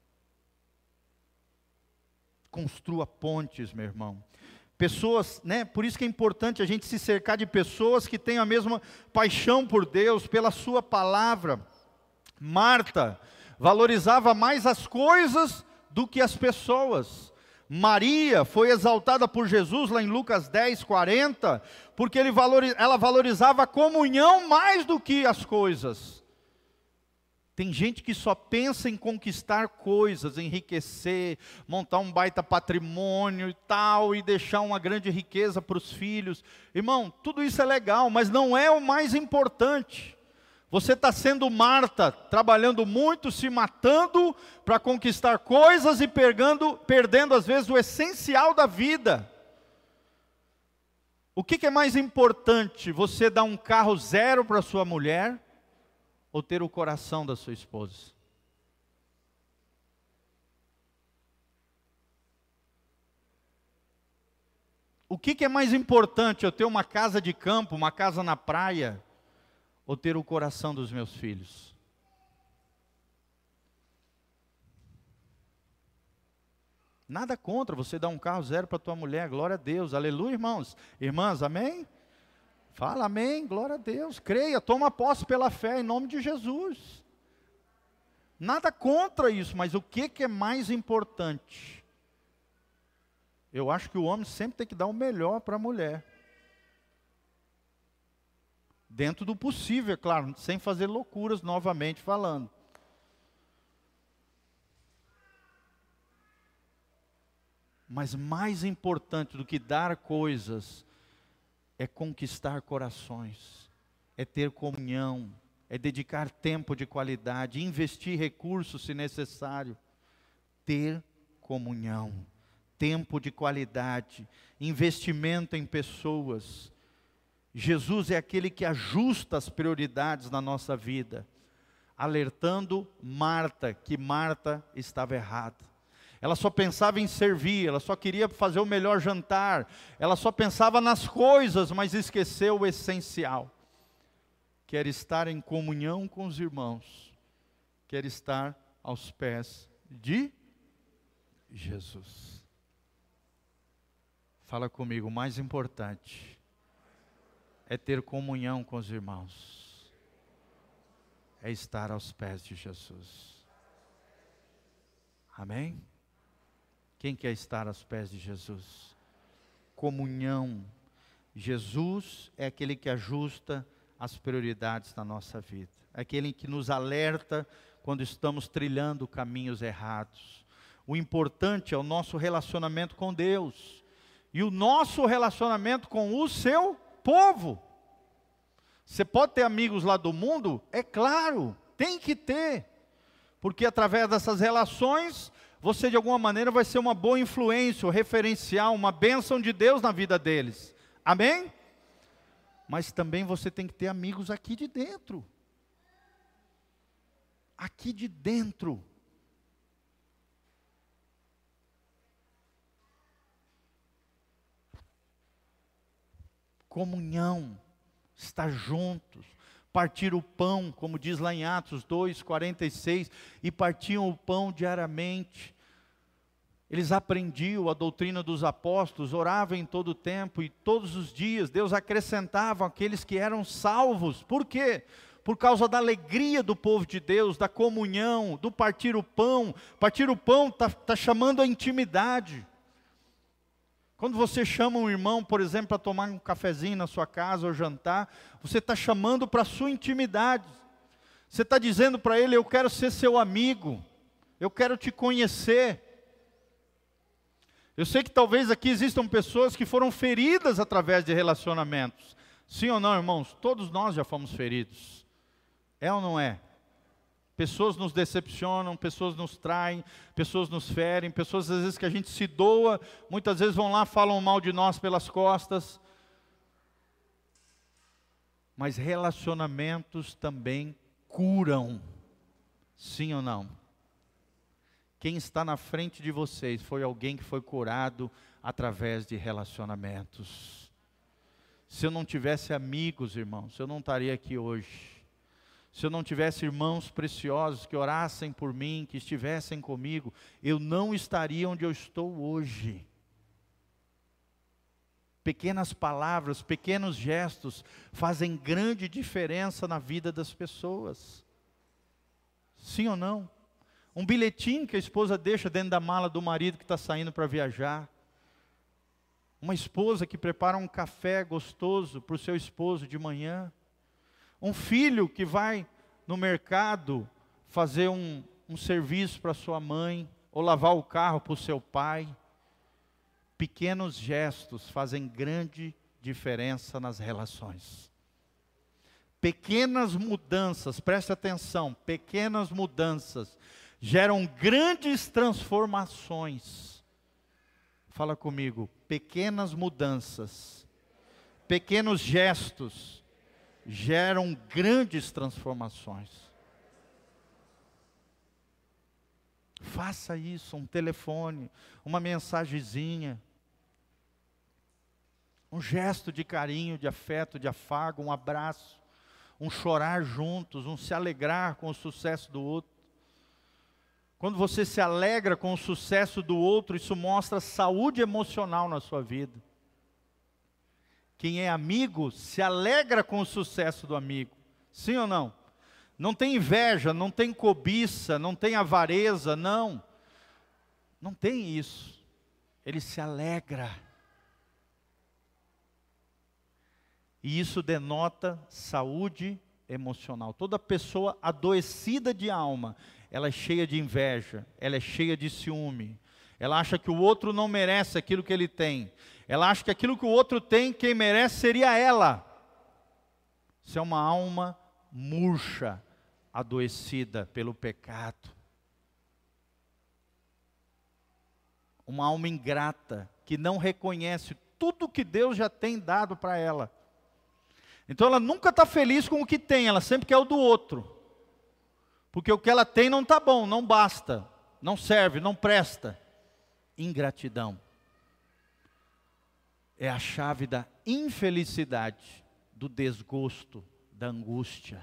Construa pontes, meu irmão. Pessoas, né? Por isso que é importante a gente se cercar de pessoas que tenham a mesma paixão por Deus, pela sua palavra. Marta valorizava mais as coisas do que as pessoas. Maria foi exaltada por Jesus lá em Lucas 10, 40, porque ela valorizava a comunhão mais do que as coisas. Tem gente que só pensa em conquistar coisas, enriquecer, montar um baita patrimônio e tal, e deixar uma grande riqueza para os filhos. Irmão, tudo isso é legal, mas não é o mais importante. Você está sendo Marta, trabalhando muito, se matando para conquistar coisas e perdendo às vezes o essencial da vida. O que é mais importante? Você dar um carro zero para sua mulher ou ter o coração da sua esposa? O que é mais importante? Eu ter uma casa de campo, uma casa na praia, ou ter o coração dos meus filhos? Nada contra você dar um carro zero para tua mulher, glória a Deus, aleluia, irmãos. Irmãs, amém? Fala amém, glória a Deus. Creia, toma posse pela fé em nome de Jesus. Nada contra isso, mas o que é mais importante? Eu acho que o homem sempre tem que dar o melhor para a mulher. Dentro do possível, é claro, sem fazer loucuras novamente falando. Mas mais importante do que dar coisas, é conquistar corações, é ter comunhão, é dedicar tempo de qualidade, investir recursos se necessário. Ter comunhão, tempo de qualidade, investimento em pessoas. Jesus é aquele que ajusta as prioridades na nossa vida, alertando Marta, que Marta estava errada. Ela só pensava em servir, ela só queria fazer o melhor jantar, ela só pensava nas coisas, mas esqueceu o essencial. Quer estar em comunhão com os irmãos, quer estar aos pés de Jesus. Fala comigo, o mais importante é ter comunhão com os irmãos. é estar aos pés de Jesus. Amém? Quem quer estar aos pés de Jesus? Comunhão. Jesus é aquele que ajusta as prioridades da nossa vida. É aquele que nos alerta quando estamos trilhando caminhos errados. O importante é o nosso relacionamento com Deus. E o nosso relacionamento com o seu povo. Você pode ter amigos lá do mundo? É claro, tem que ter. Porque através dessas relações, você de alguma maneira vai ser uma boa influência, um referencial, uma bênção de Deus na vida deles. Amém? Mas também você tem que ter amigos aqui de dentro. Aqui de dentro. Comunhão, estar juntos, partir o pão, como diz lá em Atos 2:46, e partiam o pão diariamente. Eles aprendiam a doutrina dos apóstolos, oravam em todo o tempo, e todos os dias Deus acrescentava aqueles que eram salvos. Por quê? Por causa da alegria do povo de Deus, da comunhão, do partir o pão. Partir o pão está chamando a intimidade. Quando você chama um irmão, por exemplo, para tomar um cafezinho na sua casa ou jantar, você está chamando para a sua intimidade. Você está dizendo para ele: eu quero ser seu amigo, eu quero te conhecer. Eu sei que talvez aqui existam pessoas que foram feridas através de relacionamentos. Sim ou não, irmãos? Todos nós já fomos feridos. É ou não é? Pessoas nos decepcionam, pessoas nos traem, pessoas nos ferem, pessoas às vezes que a gente se doa, muitas vezes vão lá, falam mal de nós pelas costas. Mas relacionamentos também curam. Sim ou não? Quem está na frente de vocês foi alguém que foi curado através de relacionamentos. Se eu não tivesse amigos, irmãos, eu não estaria aqui hoje. Se eu não tivesse irmãos preciosos que orassem por mim, que estivessem comigo, eu não estaria onde eu estou hoje. Pequenas palavras, pequenos gestos fazem grande diferença na vida das pessoas. Sim ou não? Um bilhetinho que a esposa deixa dentro da mala do marido que está saindo para viajar. Uma esposa que prepara um café gostoso para o seu esposo de manhã. Um filho que vai no mercado fazer um serviço para sua mãe, ou lavar o carro para o seu pai. Pequenos gestos fazem grande diferença nas relações. Pequenas mudanças, preste atenção, pequenas mudanças geram grandes transformações. Fala comigo, pequenas mudanças, pequenos gestos geram grandes transformações. Faça isso, um telefone, uma mensagenzinha, um gesto de carinho, de afeto, de afago, um abraço, um chorar juntos, um se alegrar com o sucesso do outro. Quando você se alegra com o sucesso do outro, isso mostra saúde emocional na sua vida. Quem é amigo se alegra com o sucesso do amigo. Sim ou não? Não tem inveja, não tem cobiça, não tem avareza, não. Não tem isso. Ele se alegra. E isso denota saúde emocional. Toda pessoa adoecida de alma, ela é cheia de inveja, ela é cheia de ciúme. Ela acha que o outro não merece aquilo que ele tem. Ela acha que aquilo que o outro tem, quem merece seria ela. Isso é uma alma murcha, adoecida pelo pecado. Uma alma ingrata, que não reconhece tudo que Deus já tem dado para ela. Então ela nunca está feliz com o que tem, ela sempre quer o do outro. Porque o que ela tem não está bom, não basta, não serve, não presta. Ingratidão é a chave da infelicidade, do desgosto, da angústia.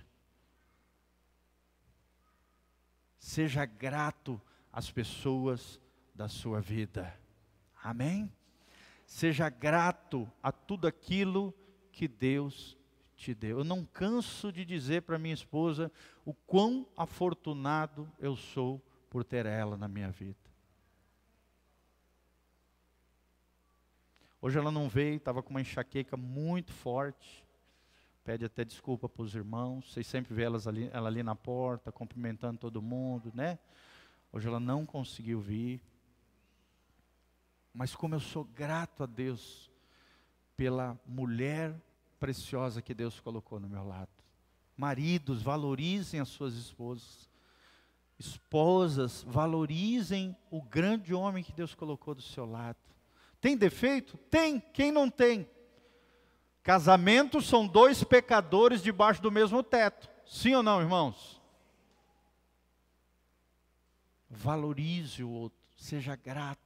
Seja grato às pessoas da sua vida. Amém? Seja grato a tudo aquilo que Deus te deu. Eu não canso de dizer para minha esposa o quão afortunado eu sou por ter ela na minha vida. Hoje ela não veio, estava com uma enxaqueca muito forte. Pede até desculpa para os irmãos. Vocês sempre vê ela ali na porta, cumprimentando todo mundo, né? Hoje ela não conseguiu vir. Mas como eu sou grato a Deus pela mulher preciosa que Deus colocou no meu lado. Maridos, valorizem as suas esposas. Esposas, valorizem o grande homem que Deus colocou do seu lado. Tem defeito? Tem. Quem não tem? Casamentos são dois pecadores debaixo do mesmo teto. Sim ou não, irmãos? Valorize o outro. Seja grato.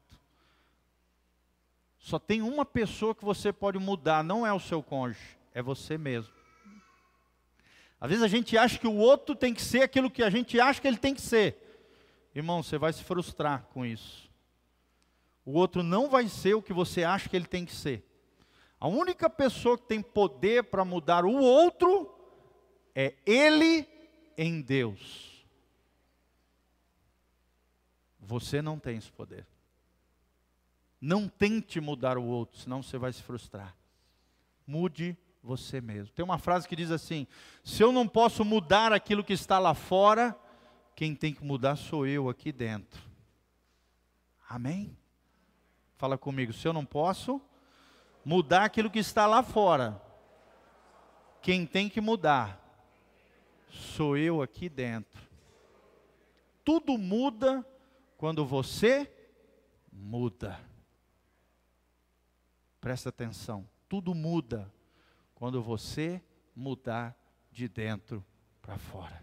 Só tem uma pessoa que você pode mudar. Não é o seu cônjuge. É você mesmo. Às vezes a gente acha que o outro tem que ser aquilo que a gente acha que ele tem que ser. Irmão, você vai se frustrar com isso. O outro não vai ser o que você acha que ele tem que ser. A única pessoa que tem poder para mudar o outro é ele em Deus. Você não tem esse poder. Não tente mudar o outro, senão você vai se frustrar. Mude você mesmo. Tem uma frase que diz assim: se eu não posso mudar aquilo que está lá fora, quem tem que mudar sou eu aqui dentro. Amém? Fala comigo, se eu não posso mudar aquilo que está lá fora, quem tem que mudar sou eu aqui dentro. Tudo muda quando você muda. Presta atenção, tudo muda quando você mudar de dentro para fora.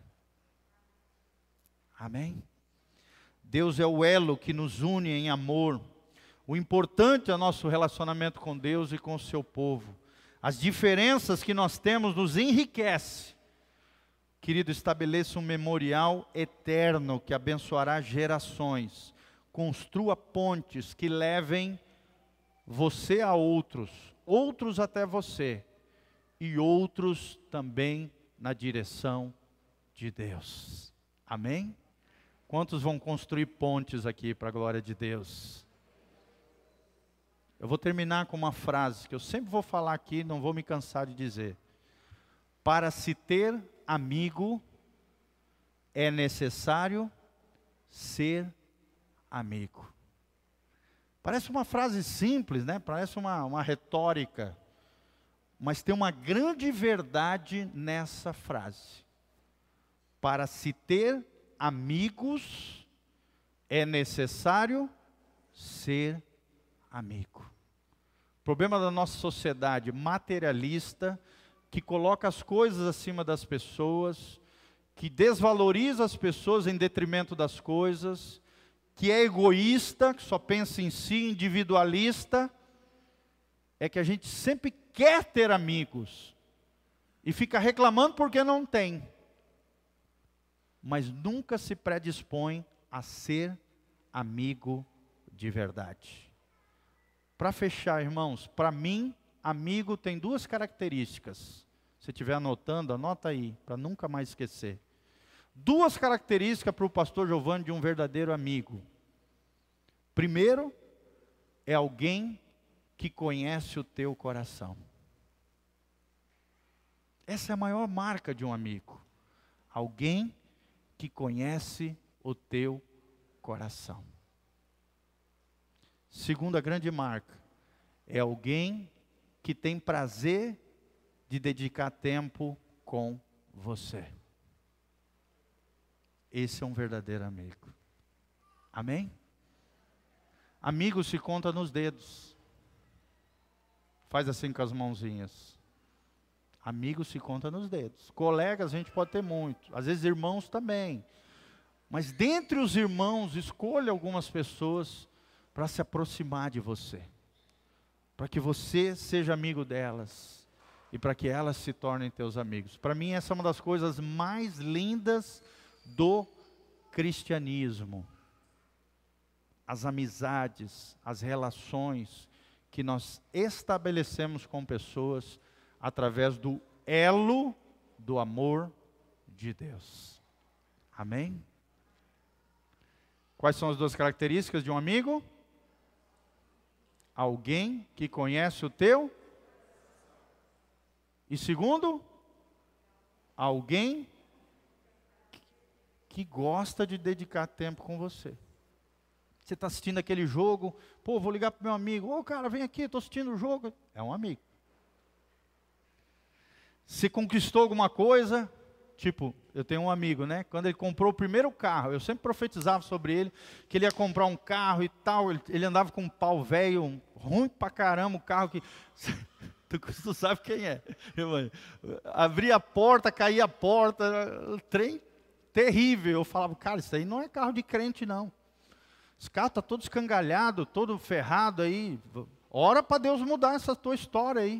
Amém? Deus é o elo que nos une em amor. O importante é o nosso relacionamento com Deus e com o seu povo. As diferenças que nós temos nos enriquece. Querido, estabeleça um memorial eterno que abençoará gerações. Construa pontes que levem você a outros, outros até você, e outros também na direção de Deus. Amém? Quantos vão construir pontes aqui para a glória de Deus? Eu vou terminar com uma frase que eu sempre vou falar aqui, não vou me cansar de dizer. Para se ter amigo, é necessário ser amigo. Parece uma frase simples, né? Parece uma retórica. Mas tem uma grande verdade nessa frase. Para se ter amigos, é necessário ser amigo. O problema da nossa sociedade materialista, que coloca as coisas acima das pessoas, que desvaloriza as pessoas em detrimento das coisas, que é egoísta, que só pensa em si, individualista, é que a gente sempre quer ter amigos e fica reclamando porque não tem, mas nunca se predispõe a ser amigo de verdade. Para fechar, irmãos, para mim, amigo tem duas características. Se estiver anotando, anota aí, para nunca mais esquecer. Duas características para o pastor Giovanni de um verdadeiro amigo. Primeiro, é alguém que conhece o teu coração. Essa é a maior marca de um amigo. Alguém que conhece o teu coração. Segunda grande marca, é alguém que tem prazer de dedicar tempo com você. Esse é um verdadeiro amigo. Amém? Amigo se conta nos dedos. Faz assim com as mãozinhas. Amigo se conta nos dedos. Colegas a gente pode ter muito. Às vezes irmãos também. Mas dentre os irmãos, escolha algumas pessoas para se aproximar de você. Para que você seja amigo delas. E para que elas se tornem teus amigos. Para mim essa é uma das coisas mais lindas do cristianismo. As amizades, as relações que nós estabelecemos com pessoas através do elo do amor de Deus. Amém? Quais são as duas características de um amigo? Alguém que conhece o teu. E segundo, alguém que gosta de dedicar tempo com você. Você está assistindo aquele jogo, pô, vou ligar para o meu amigo, ô cara, vem aqui, estou assistindo o jogo. É um amigo. Você conquistou alguma coisa, tipo, eu tenho um amigo, né? Quando ele comprou o primeiro carro, eu sempre profetizava sobre ele, que ele ia comprar um carro e tal, ele andava com um pau velho, ruim pra caramba, o carro que... Tu sabe quem é. Abria a porta, caía a porta, o trem terrível. Eu falava, cara, isso aí não é carro de crente, não. Esse carro está todo escangalhado, todo ferrado aí. Ora para Deus mudar essa tua história aí.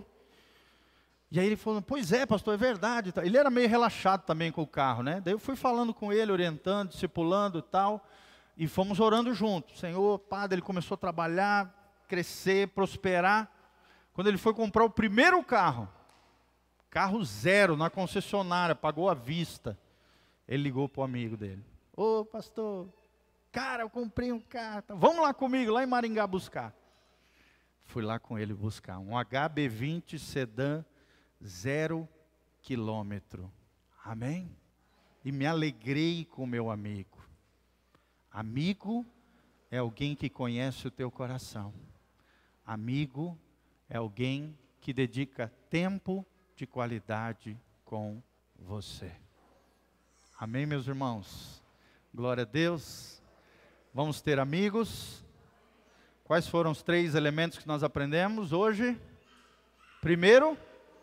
E aí ele falou, pois é, pastor, é verdade. Ele era meio relaxado também com o carro, né? Daí eu fui falando com ele, orientando, discipulando e tal. E fomos orando juntos. Senhor, Padre, ele começou a trabalhar, crescer, prosperar. Quando ele foi comprar o primeiro carro, carro zero na concessionária, pagou à vista. Ele ligou para o amigo dele. Ô pastor, cara, eu comprei um carro. Vamos lá comigo, lá em Maringá buscar. Fui lá com ele buscar. Um HB20 sedã, 0 quilômetro. Amém? E me alegrei com o meu amigo. Amigo é alguém que conhece o teu coração. Amigo é alguém que dedica tempo de qualidade com você. Amém, meus irmãos? Glória a Deus. Vamos ter amigos. Quais foram os 3 elementos que nós aprendemos hoje? Primeiro,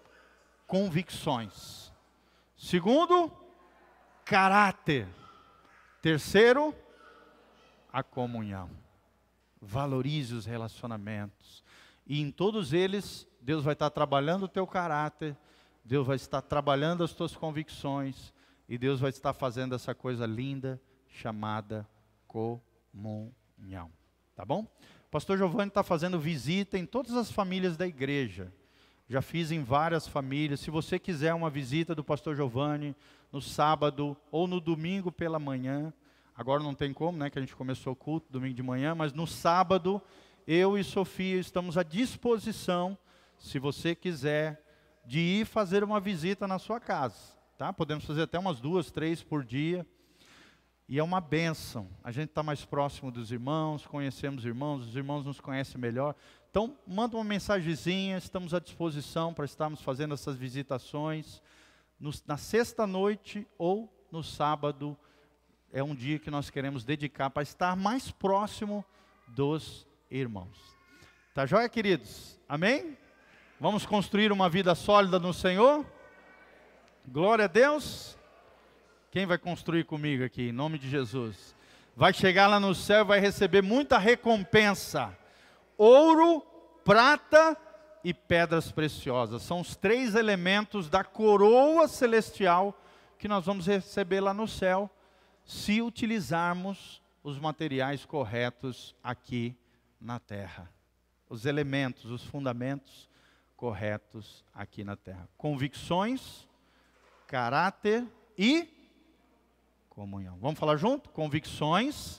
convicções. Segundo, caráter. Terceiro, a comunhão. Valorize os relacionamentos. E em todos eles, Deus vai estar trabalhando o teu caráter, Deus vai estar trabalhando as tuas convicções, e Deus vai estar fazendo essa coisa linda, chamada comunhão. Tá bom? O pastor Giovanni está fazendo visita em todas as famílias da igreja. Já fiz em várias famílias. Se você quiser uma visita do pastor Giovanni, no sábado ou no domingo pela manhã, agora não tem como, né, que a gente começou o culto domingo de manhã, mas no sábado, eu e Sofia estamos à disposição, se você quiser, de ir fazer uma visita na sua casa. Tá? Podemos fazer até umas 2, 3 por dia. E é uma bênção. A gente está mais próximo dos irmãos, conhecemos os irmãos nos conhecem melhor. Então, manda uma mensagenzinha, estamos à disposição para estarmos fazendo essas visitações. Na sexta-noite ou no sábado, é um dia que nós queremos dedicar para estar mais próximo dos irmãos. Tá joia, queridos? Amém? Vamos construir uma vida sólida no Senhor? Glória a Deus. Quem vai construir comigo aqui, em nome de Jesus? Vai chegar lá no céu e vai receber muita recompensa. Ouro, prata e pedras preciosas. São os 3 elementos da coroa celestial que nós vamos receber lá no céu, se utilizarmos os materiais corretos aqui na terra. Os elementos, os fundamentos corretos aqui na terra. Convicções, caráter e comunhão. Vamos falar junto? Convicções,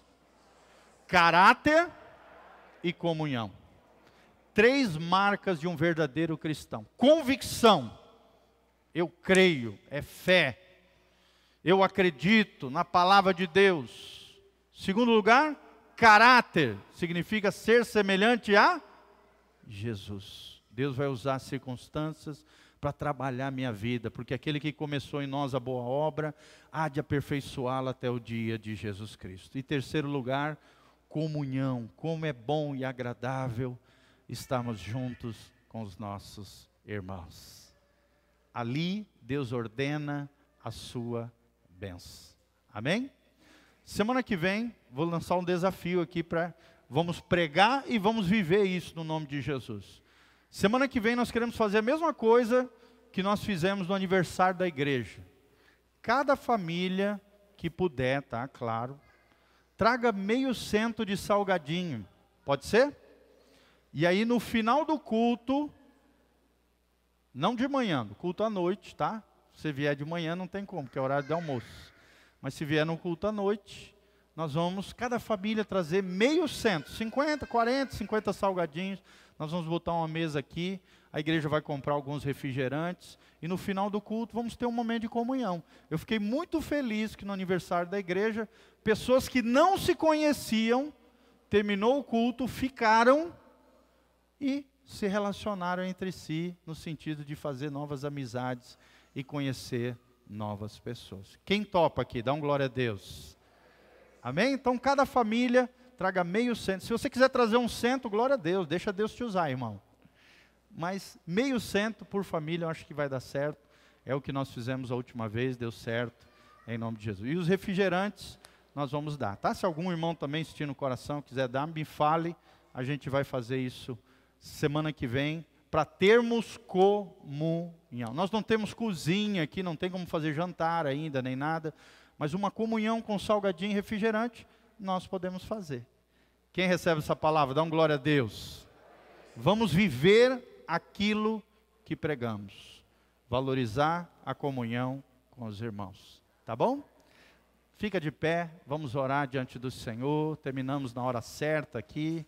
caráter e comunhão. 3 marcas de um verdadeiro cristão. Convicção, eu creio, é fé. Eu acredito na palavra de Deus. Segundo lugar, caráter, significa ser semelhante a Jesus. Deus vai usar as circunstâncias para trabalhar a minha vida, porque aquele que começou em nós a boa obra, há de aperfeiçoá-la até o dia de Jesus Cristo. E terceiro lugar, comunhão. Como é bom e agradável estarmos juntos com os nossos irmãos. Ali, Deus ordena a sua bênção. Amém? Semana que vem, vou lançar um desafio aqui vamos pregar e vamos viver isso no nome de Jesus. Semana que vem nós queremos fazer a mesma coisa que nós fizemos no aniversário da igreja. Cada família que puder, tá, claro, traga meio cento de salgadinho, pode ser? E aí no final do culto, Não de manhã, no culto à noite, tá? Se vier de manhã não tem como, porque é horário de almoço. Mas se vier no culto à noite, nós vamos, cada família, trazer meio cento, 50, 40, 50 salgadinhos. Nós vamos botar uma mesa aqui, a igreja vai comprar alguns refrigerantes, e no final do culto vamos ter um momento de comunhão. Eu fiquei muito feliz que no aniversário da igreja, pessoas que não se conheciam, terminou o culto, ficaram e se relacionaram entre si, no sentido de fazer novas amizades e conhecer novas pessoas. Quem topa aqui? Dá um glória a Deus. Amém? Então cada família traga meio cento. Se você quiser trazer um cento, glória a Deus, deixa Deus te usar, irmão. Mas meio cento por família eu acho que vai dar certo. É o que nós fizemos a última vez, deu certo, em nome de Jesus. E os refrigerantes nós vamos dar, tá? Se algum irmão também sentir no coração, quiser dar, me fale, a gente vai fazer isso semana que vem, para termos comunhão. Nós não temos cozinha aqui, não tem como fazer jantar ainda, nem nada, mas uma comunhão com salgadinho e refrigerante, nós podemos fazer. Quem recebe essa palavra, dá um glória a Deus. Vamos viver aquilo que pregamos. Valorizar a comunhão com os irmãos. Tá bom? Fica de pé, vamos orar diante do Senhor. Terminamos na hora certa aqui,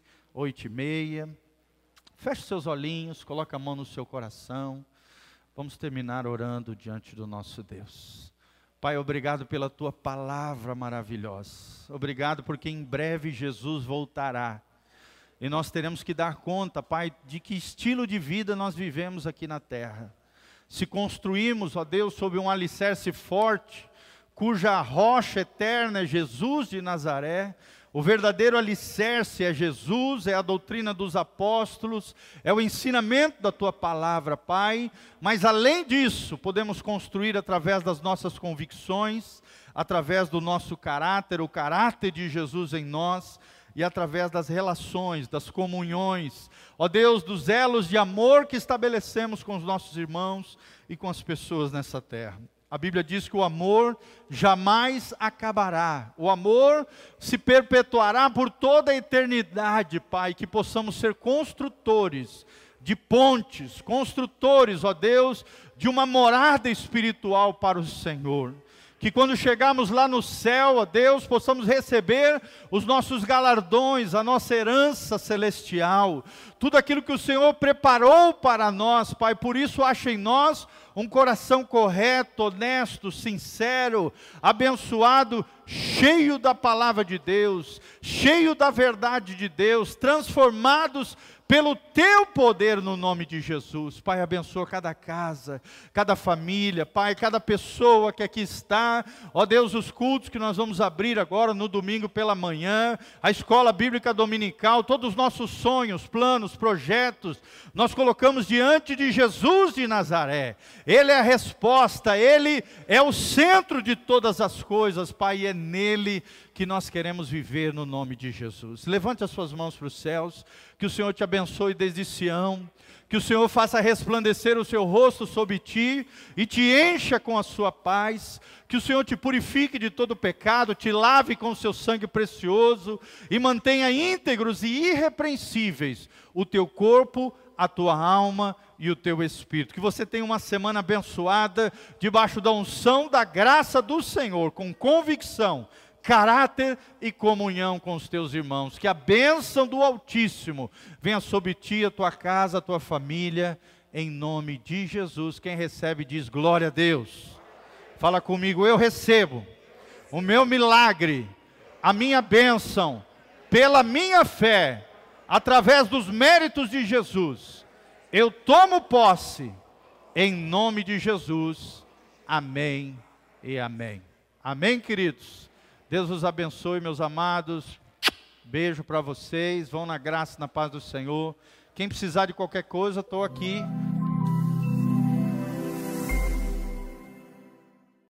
8h30. Feche seus olhinhos, coloca a mão no seu coração. Vamos terminar orando diante do nosso Deus. Pai, obrigado pela tua palavra maravilhosa. Obrigado porque em breve Jesus voltará. E nós teremos que dar conta, Pai, de que estilo de vida nós vivemos aqui na terra. Se construímos, ó Deus, sob um alicerce forte, cuja rocha eterna é Jesus de Nazaré, o verdadeiro alicerce é Jesus, é a doutrina dos apóstolos, é o ensinamento da tua palavra, Pai. Mas além disso, podemos construir através das nossas convicções, através do nosso caráter, o caráter de Jesus em nós, e através das relações, das comunhões, ó Deus, dos elos de amor que estabelecemos com os nossos irmãos e com as pessoas nessa terra. A Bíblia diz que o amor jamais acabará, o amor se perpetuará por toda a eternidade, Pai, que possamos ser construtores de pontes, construtores, ó Deus, de uma morada espiritual para o Senhor. Que quando chegarmos lá no céu, ó Deus, possamos receber os nossos galardões, a nossa herança celestial, tudo aquilo que o Senhor preparou para nós, Pai. Por isso acha em nós um coração correto, honesto, sincero, abençoado, cheio da palavra de Deus, cheio da verdade de Deus, transformados pelo teu poder no nome de Jesus. Pai, abençoa cada casa, cada família, Pai, cada pessoa que aqui está. Ó Deus, os cultos que nós vamos abrir agora no domingo pela manhã, a escola bíblica dominical, todos os nossos sonhos, planos, projetos, nós colocamos diante de Jesus de Nazaré. Ele é a resposta, Ele é o centro de todas as coisas, Pai, e é nele que nós queremos viver no nome de Jesus. Levante as suas mãos para os céus, que o Senhor te abençoe desde Sião, que o Senhor faça resplandecer o seu rosto sobre ti e te encha com a sua paz, que o Senhor te purifique de todo pecado, te lave com o seu sangue precioso e mantenha íntegros e irrepreensíveis o teu corpo, a tua alma e o teu espírito. Que você tenha uma semana abençoada, debaixo da unção da graça do Senhor, com convicção, caráter e comunhão com os teus irmãos. Que a bênção do Altíssimo venha sobre ti, a tua casa, a tua família, em nome de Jesus. Quem recebe diz glória a Deus. Fala comigo, eu recebo o meu milagre, a minha bênção, pela minha fé, através dos méritos de Jesus. Eu tomo posse, em nome de Jesus. Amém e amém. Amém, queridos? Deus os abençoe, meus amados. Beijo para vocês. Vão na graça e na paz do Senhor. Quem precisar de qualquer coisa, estou aqui.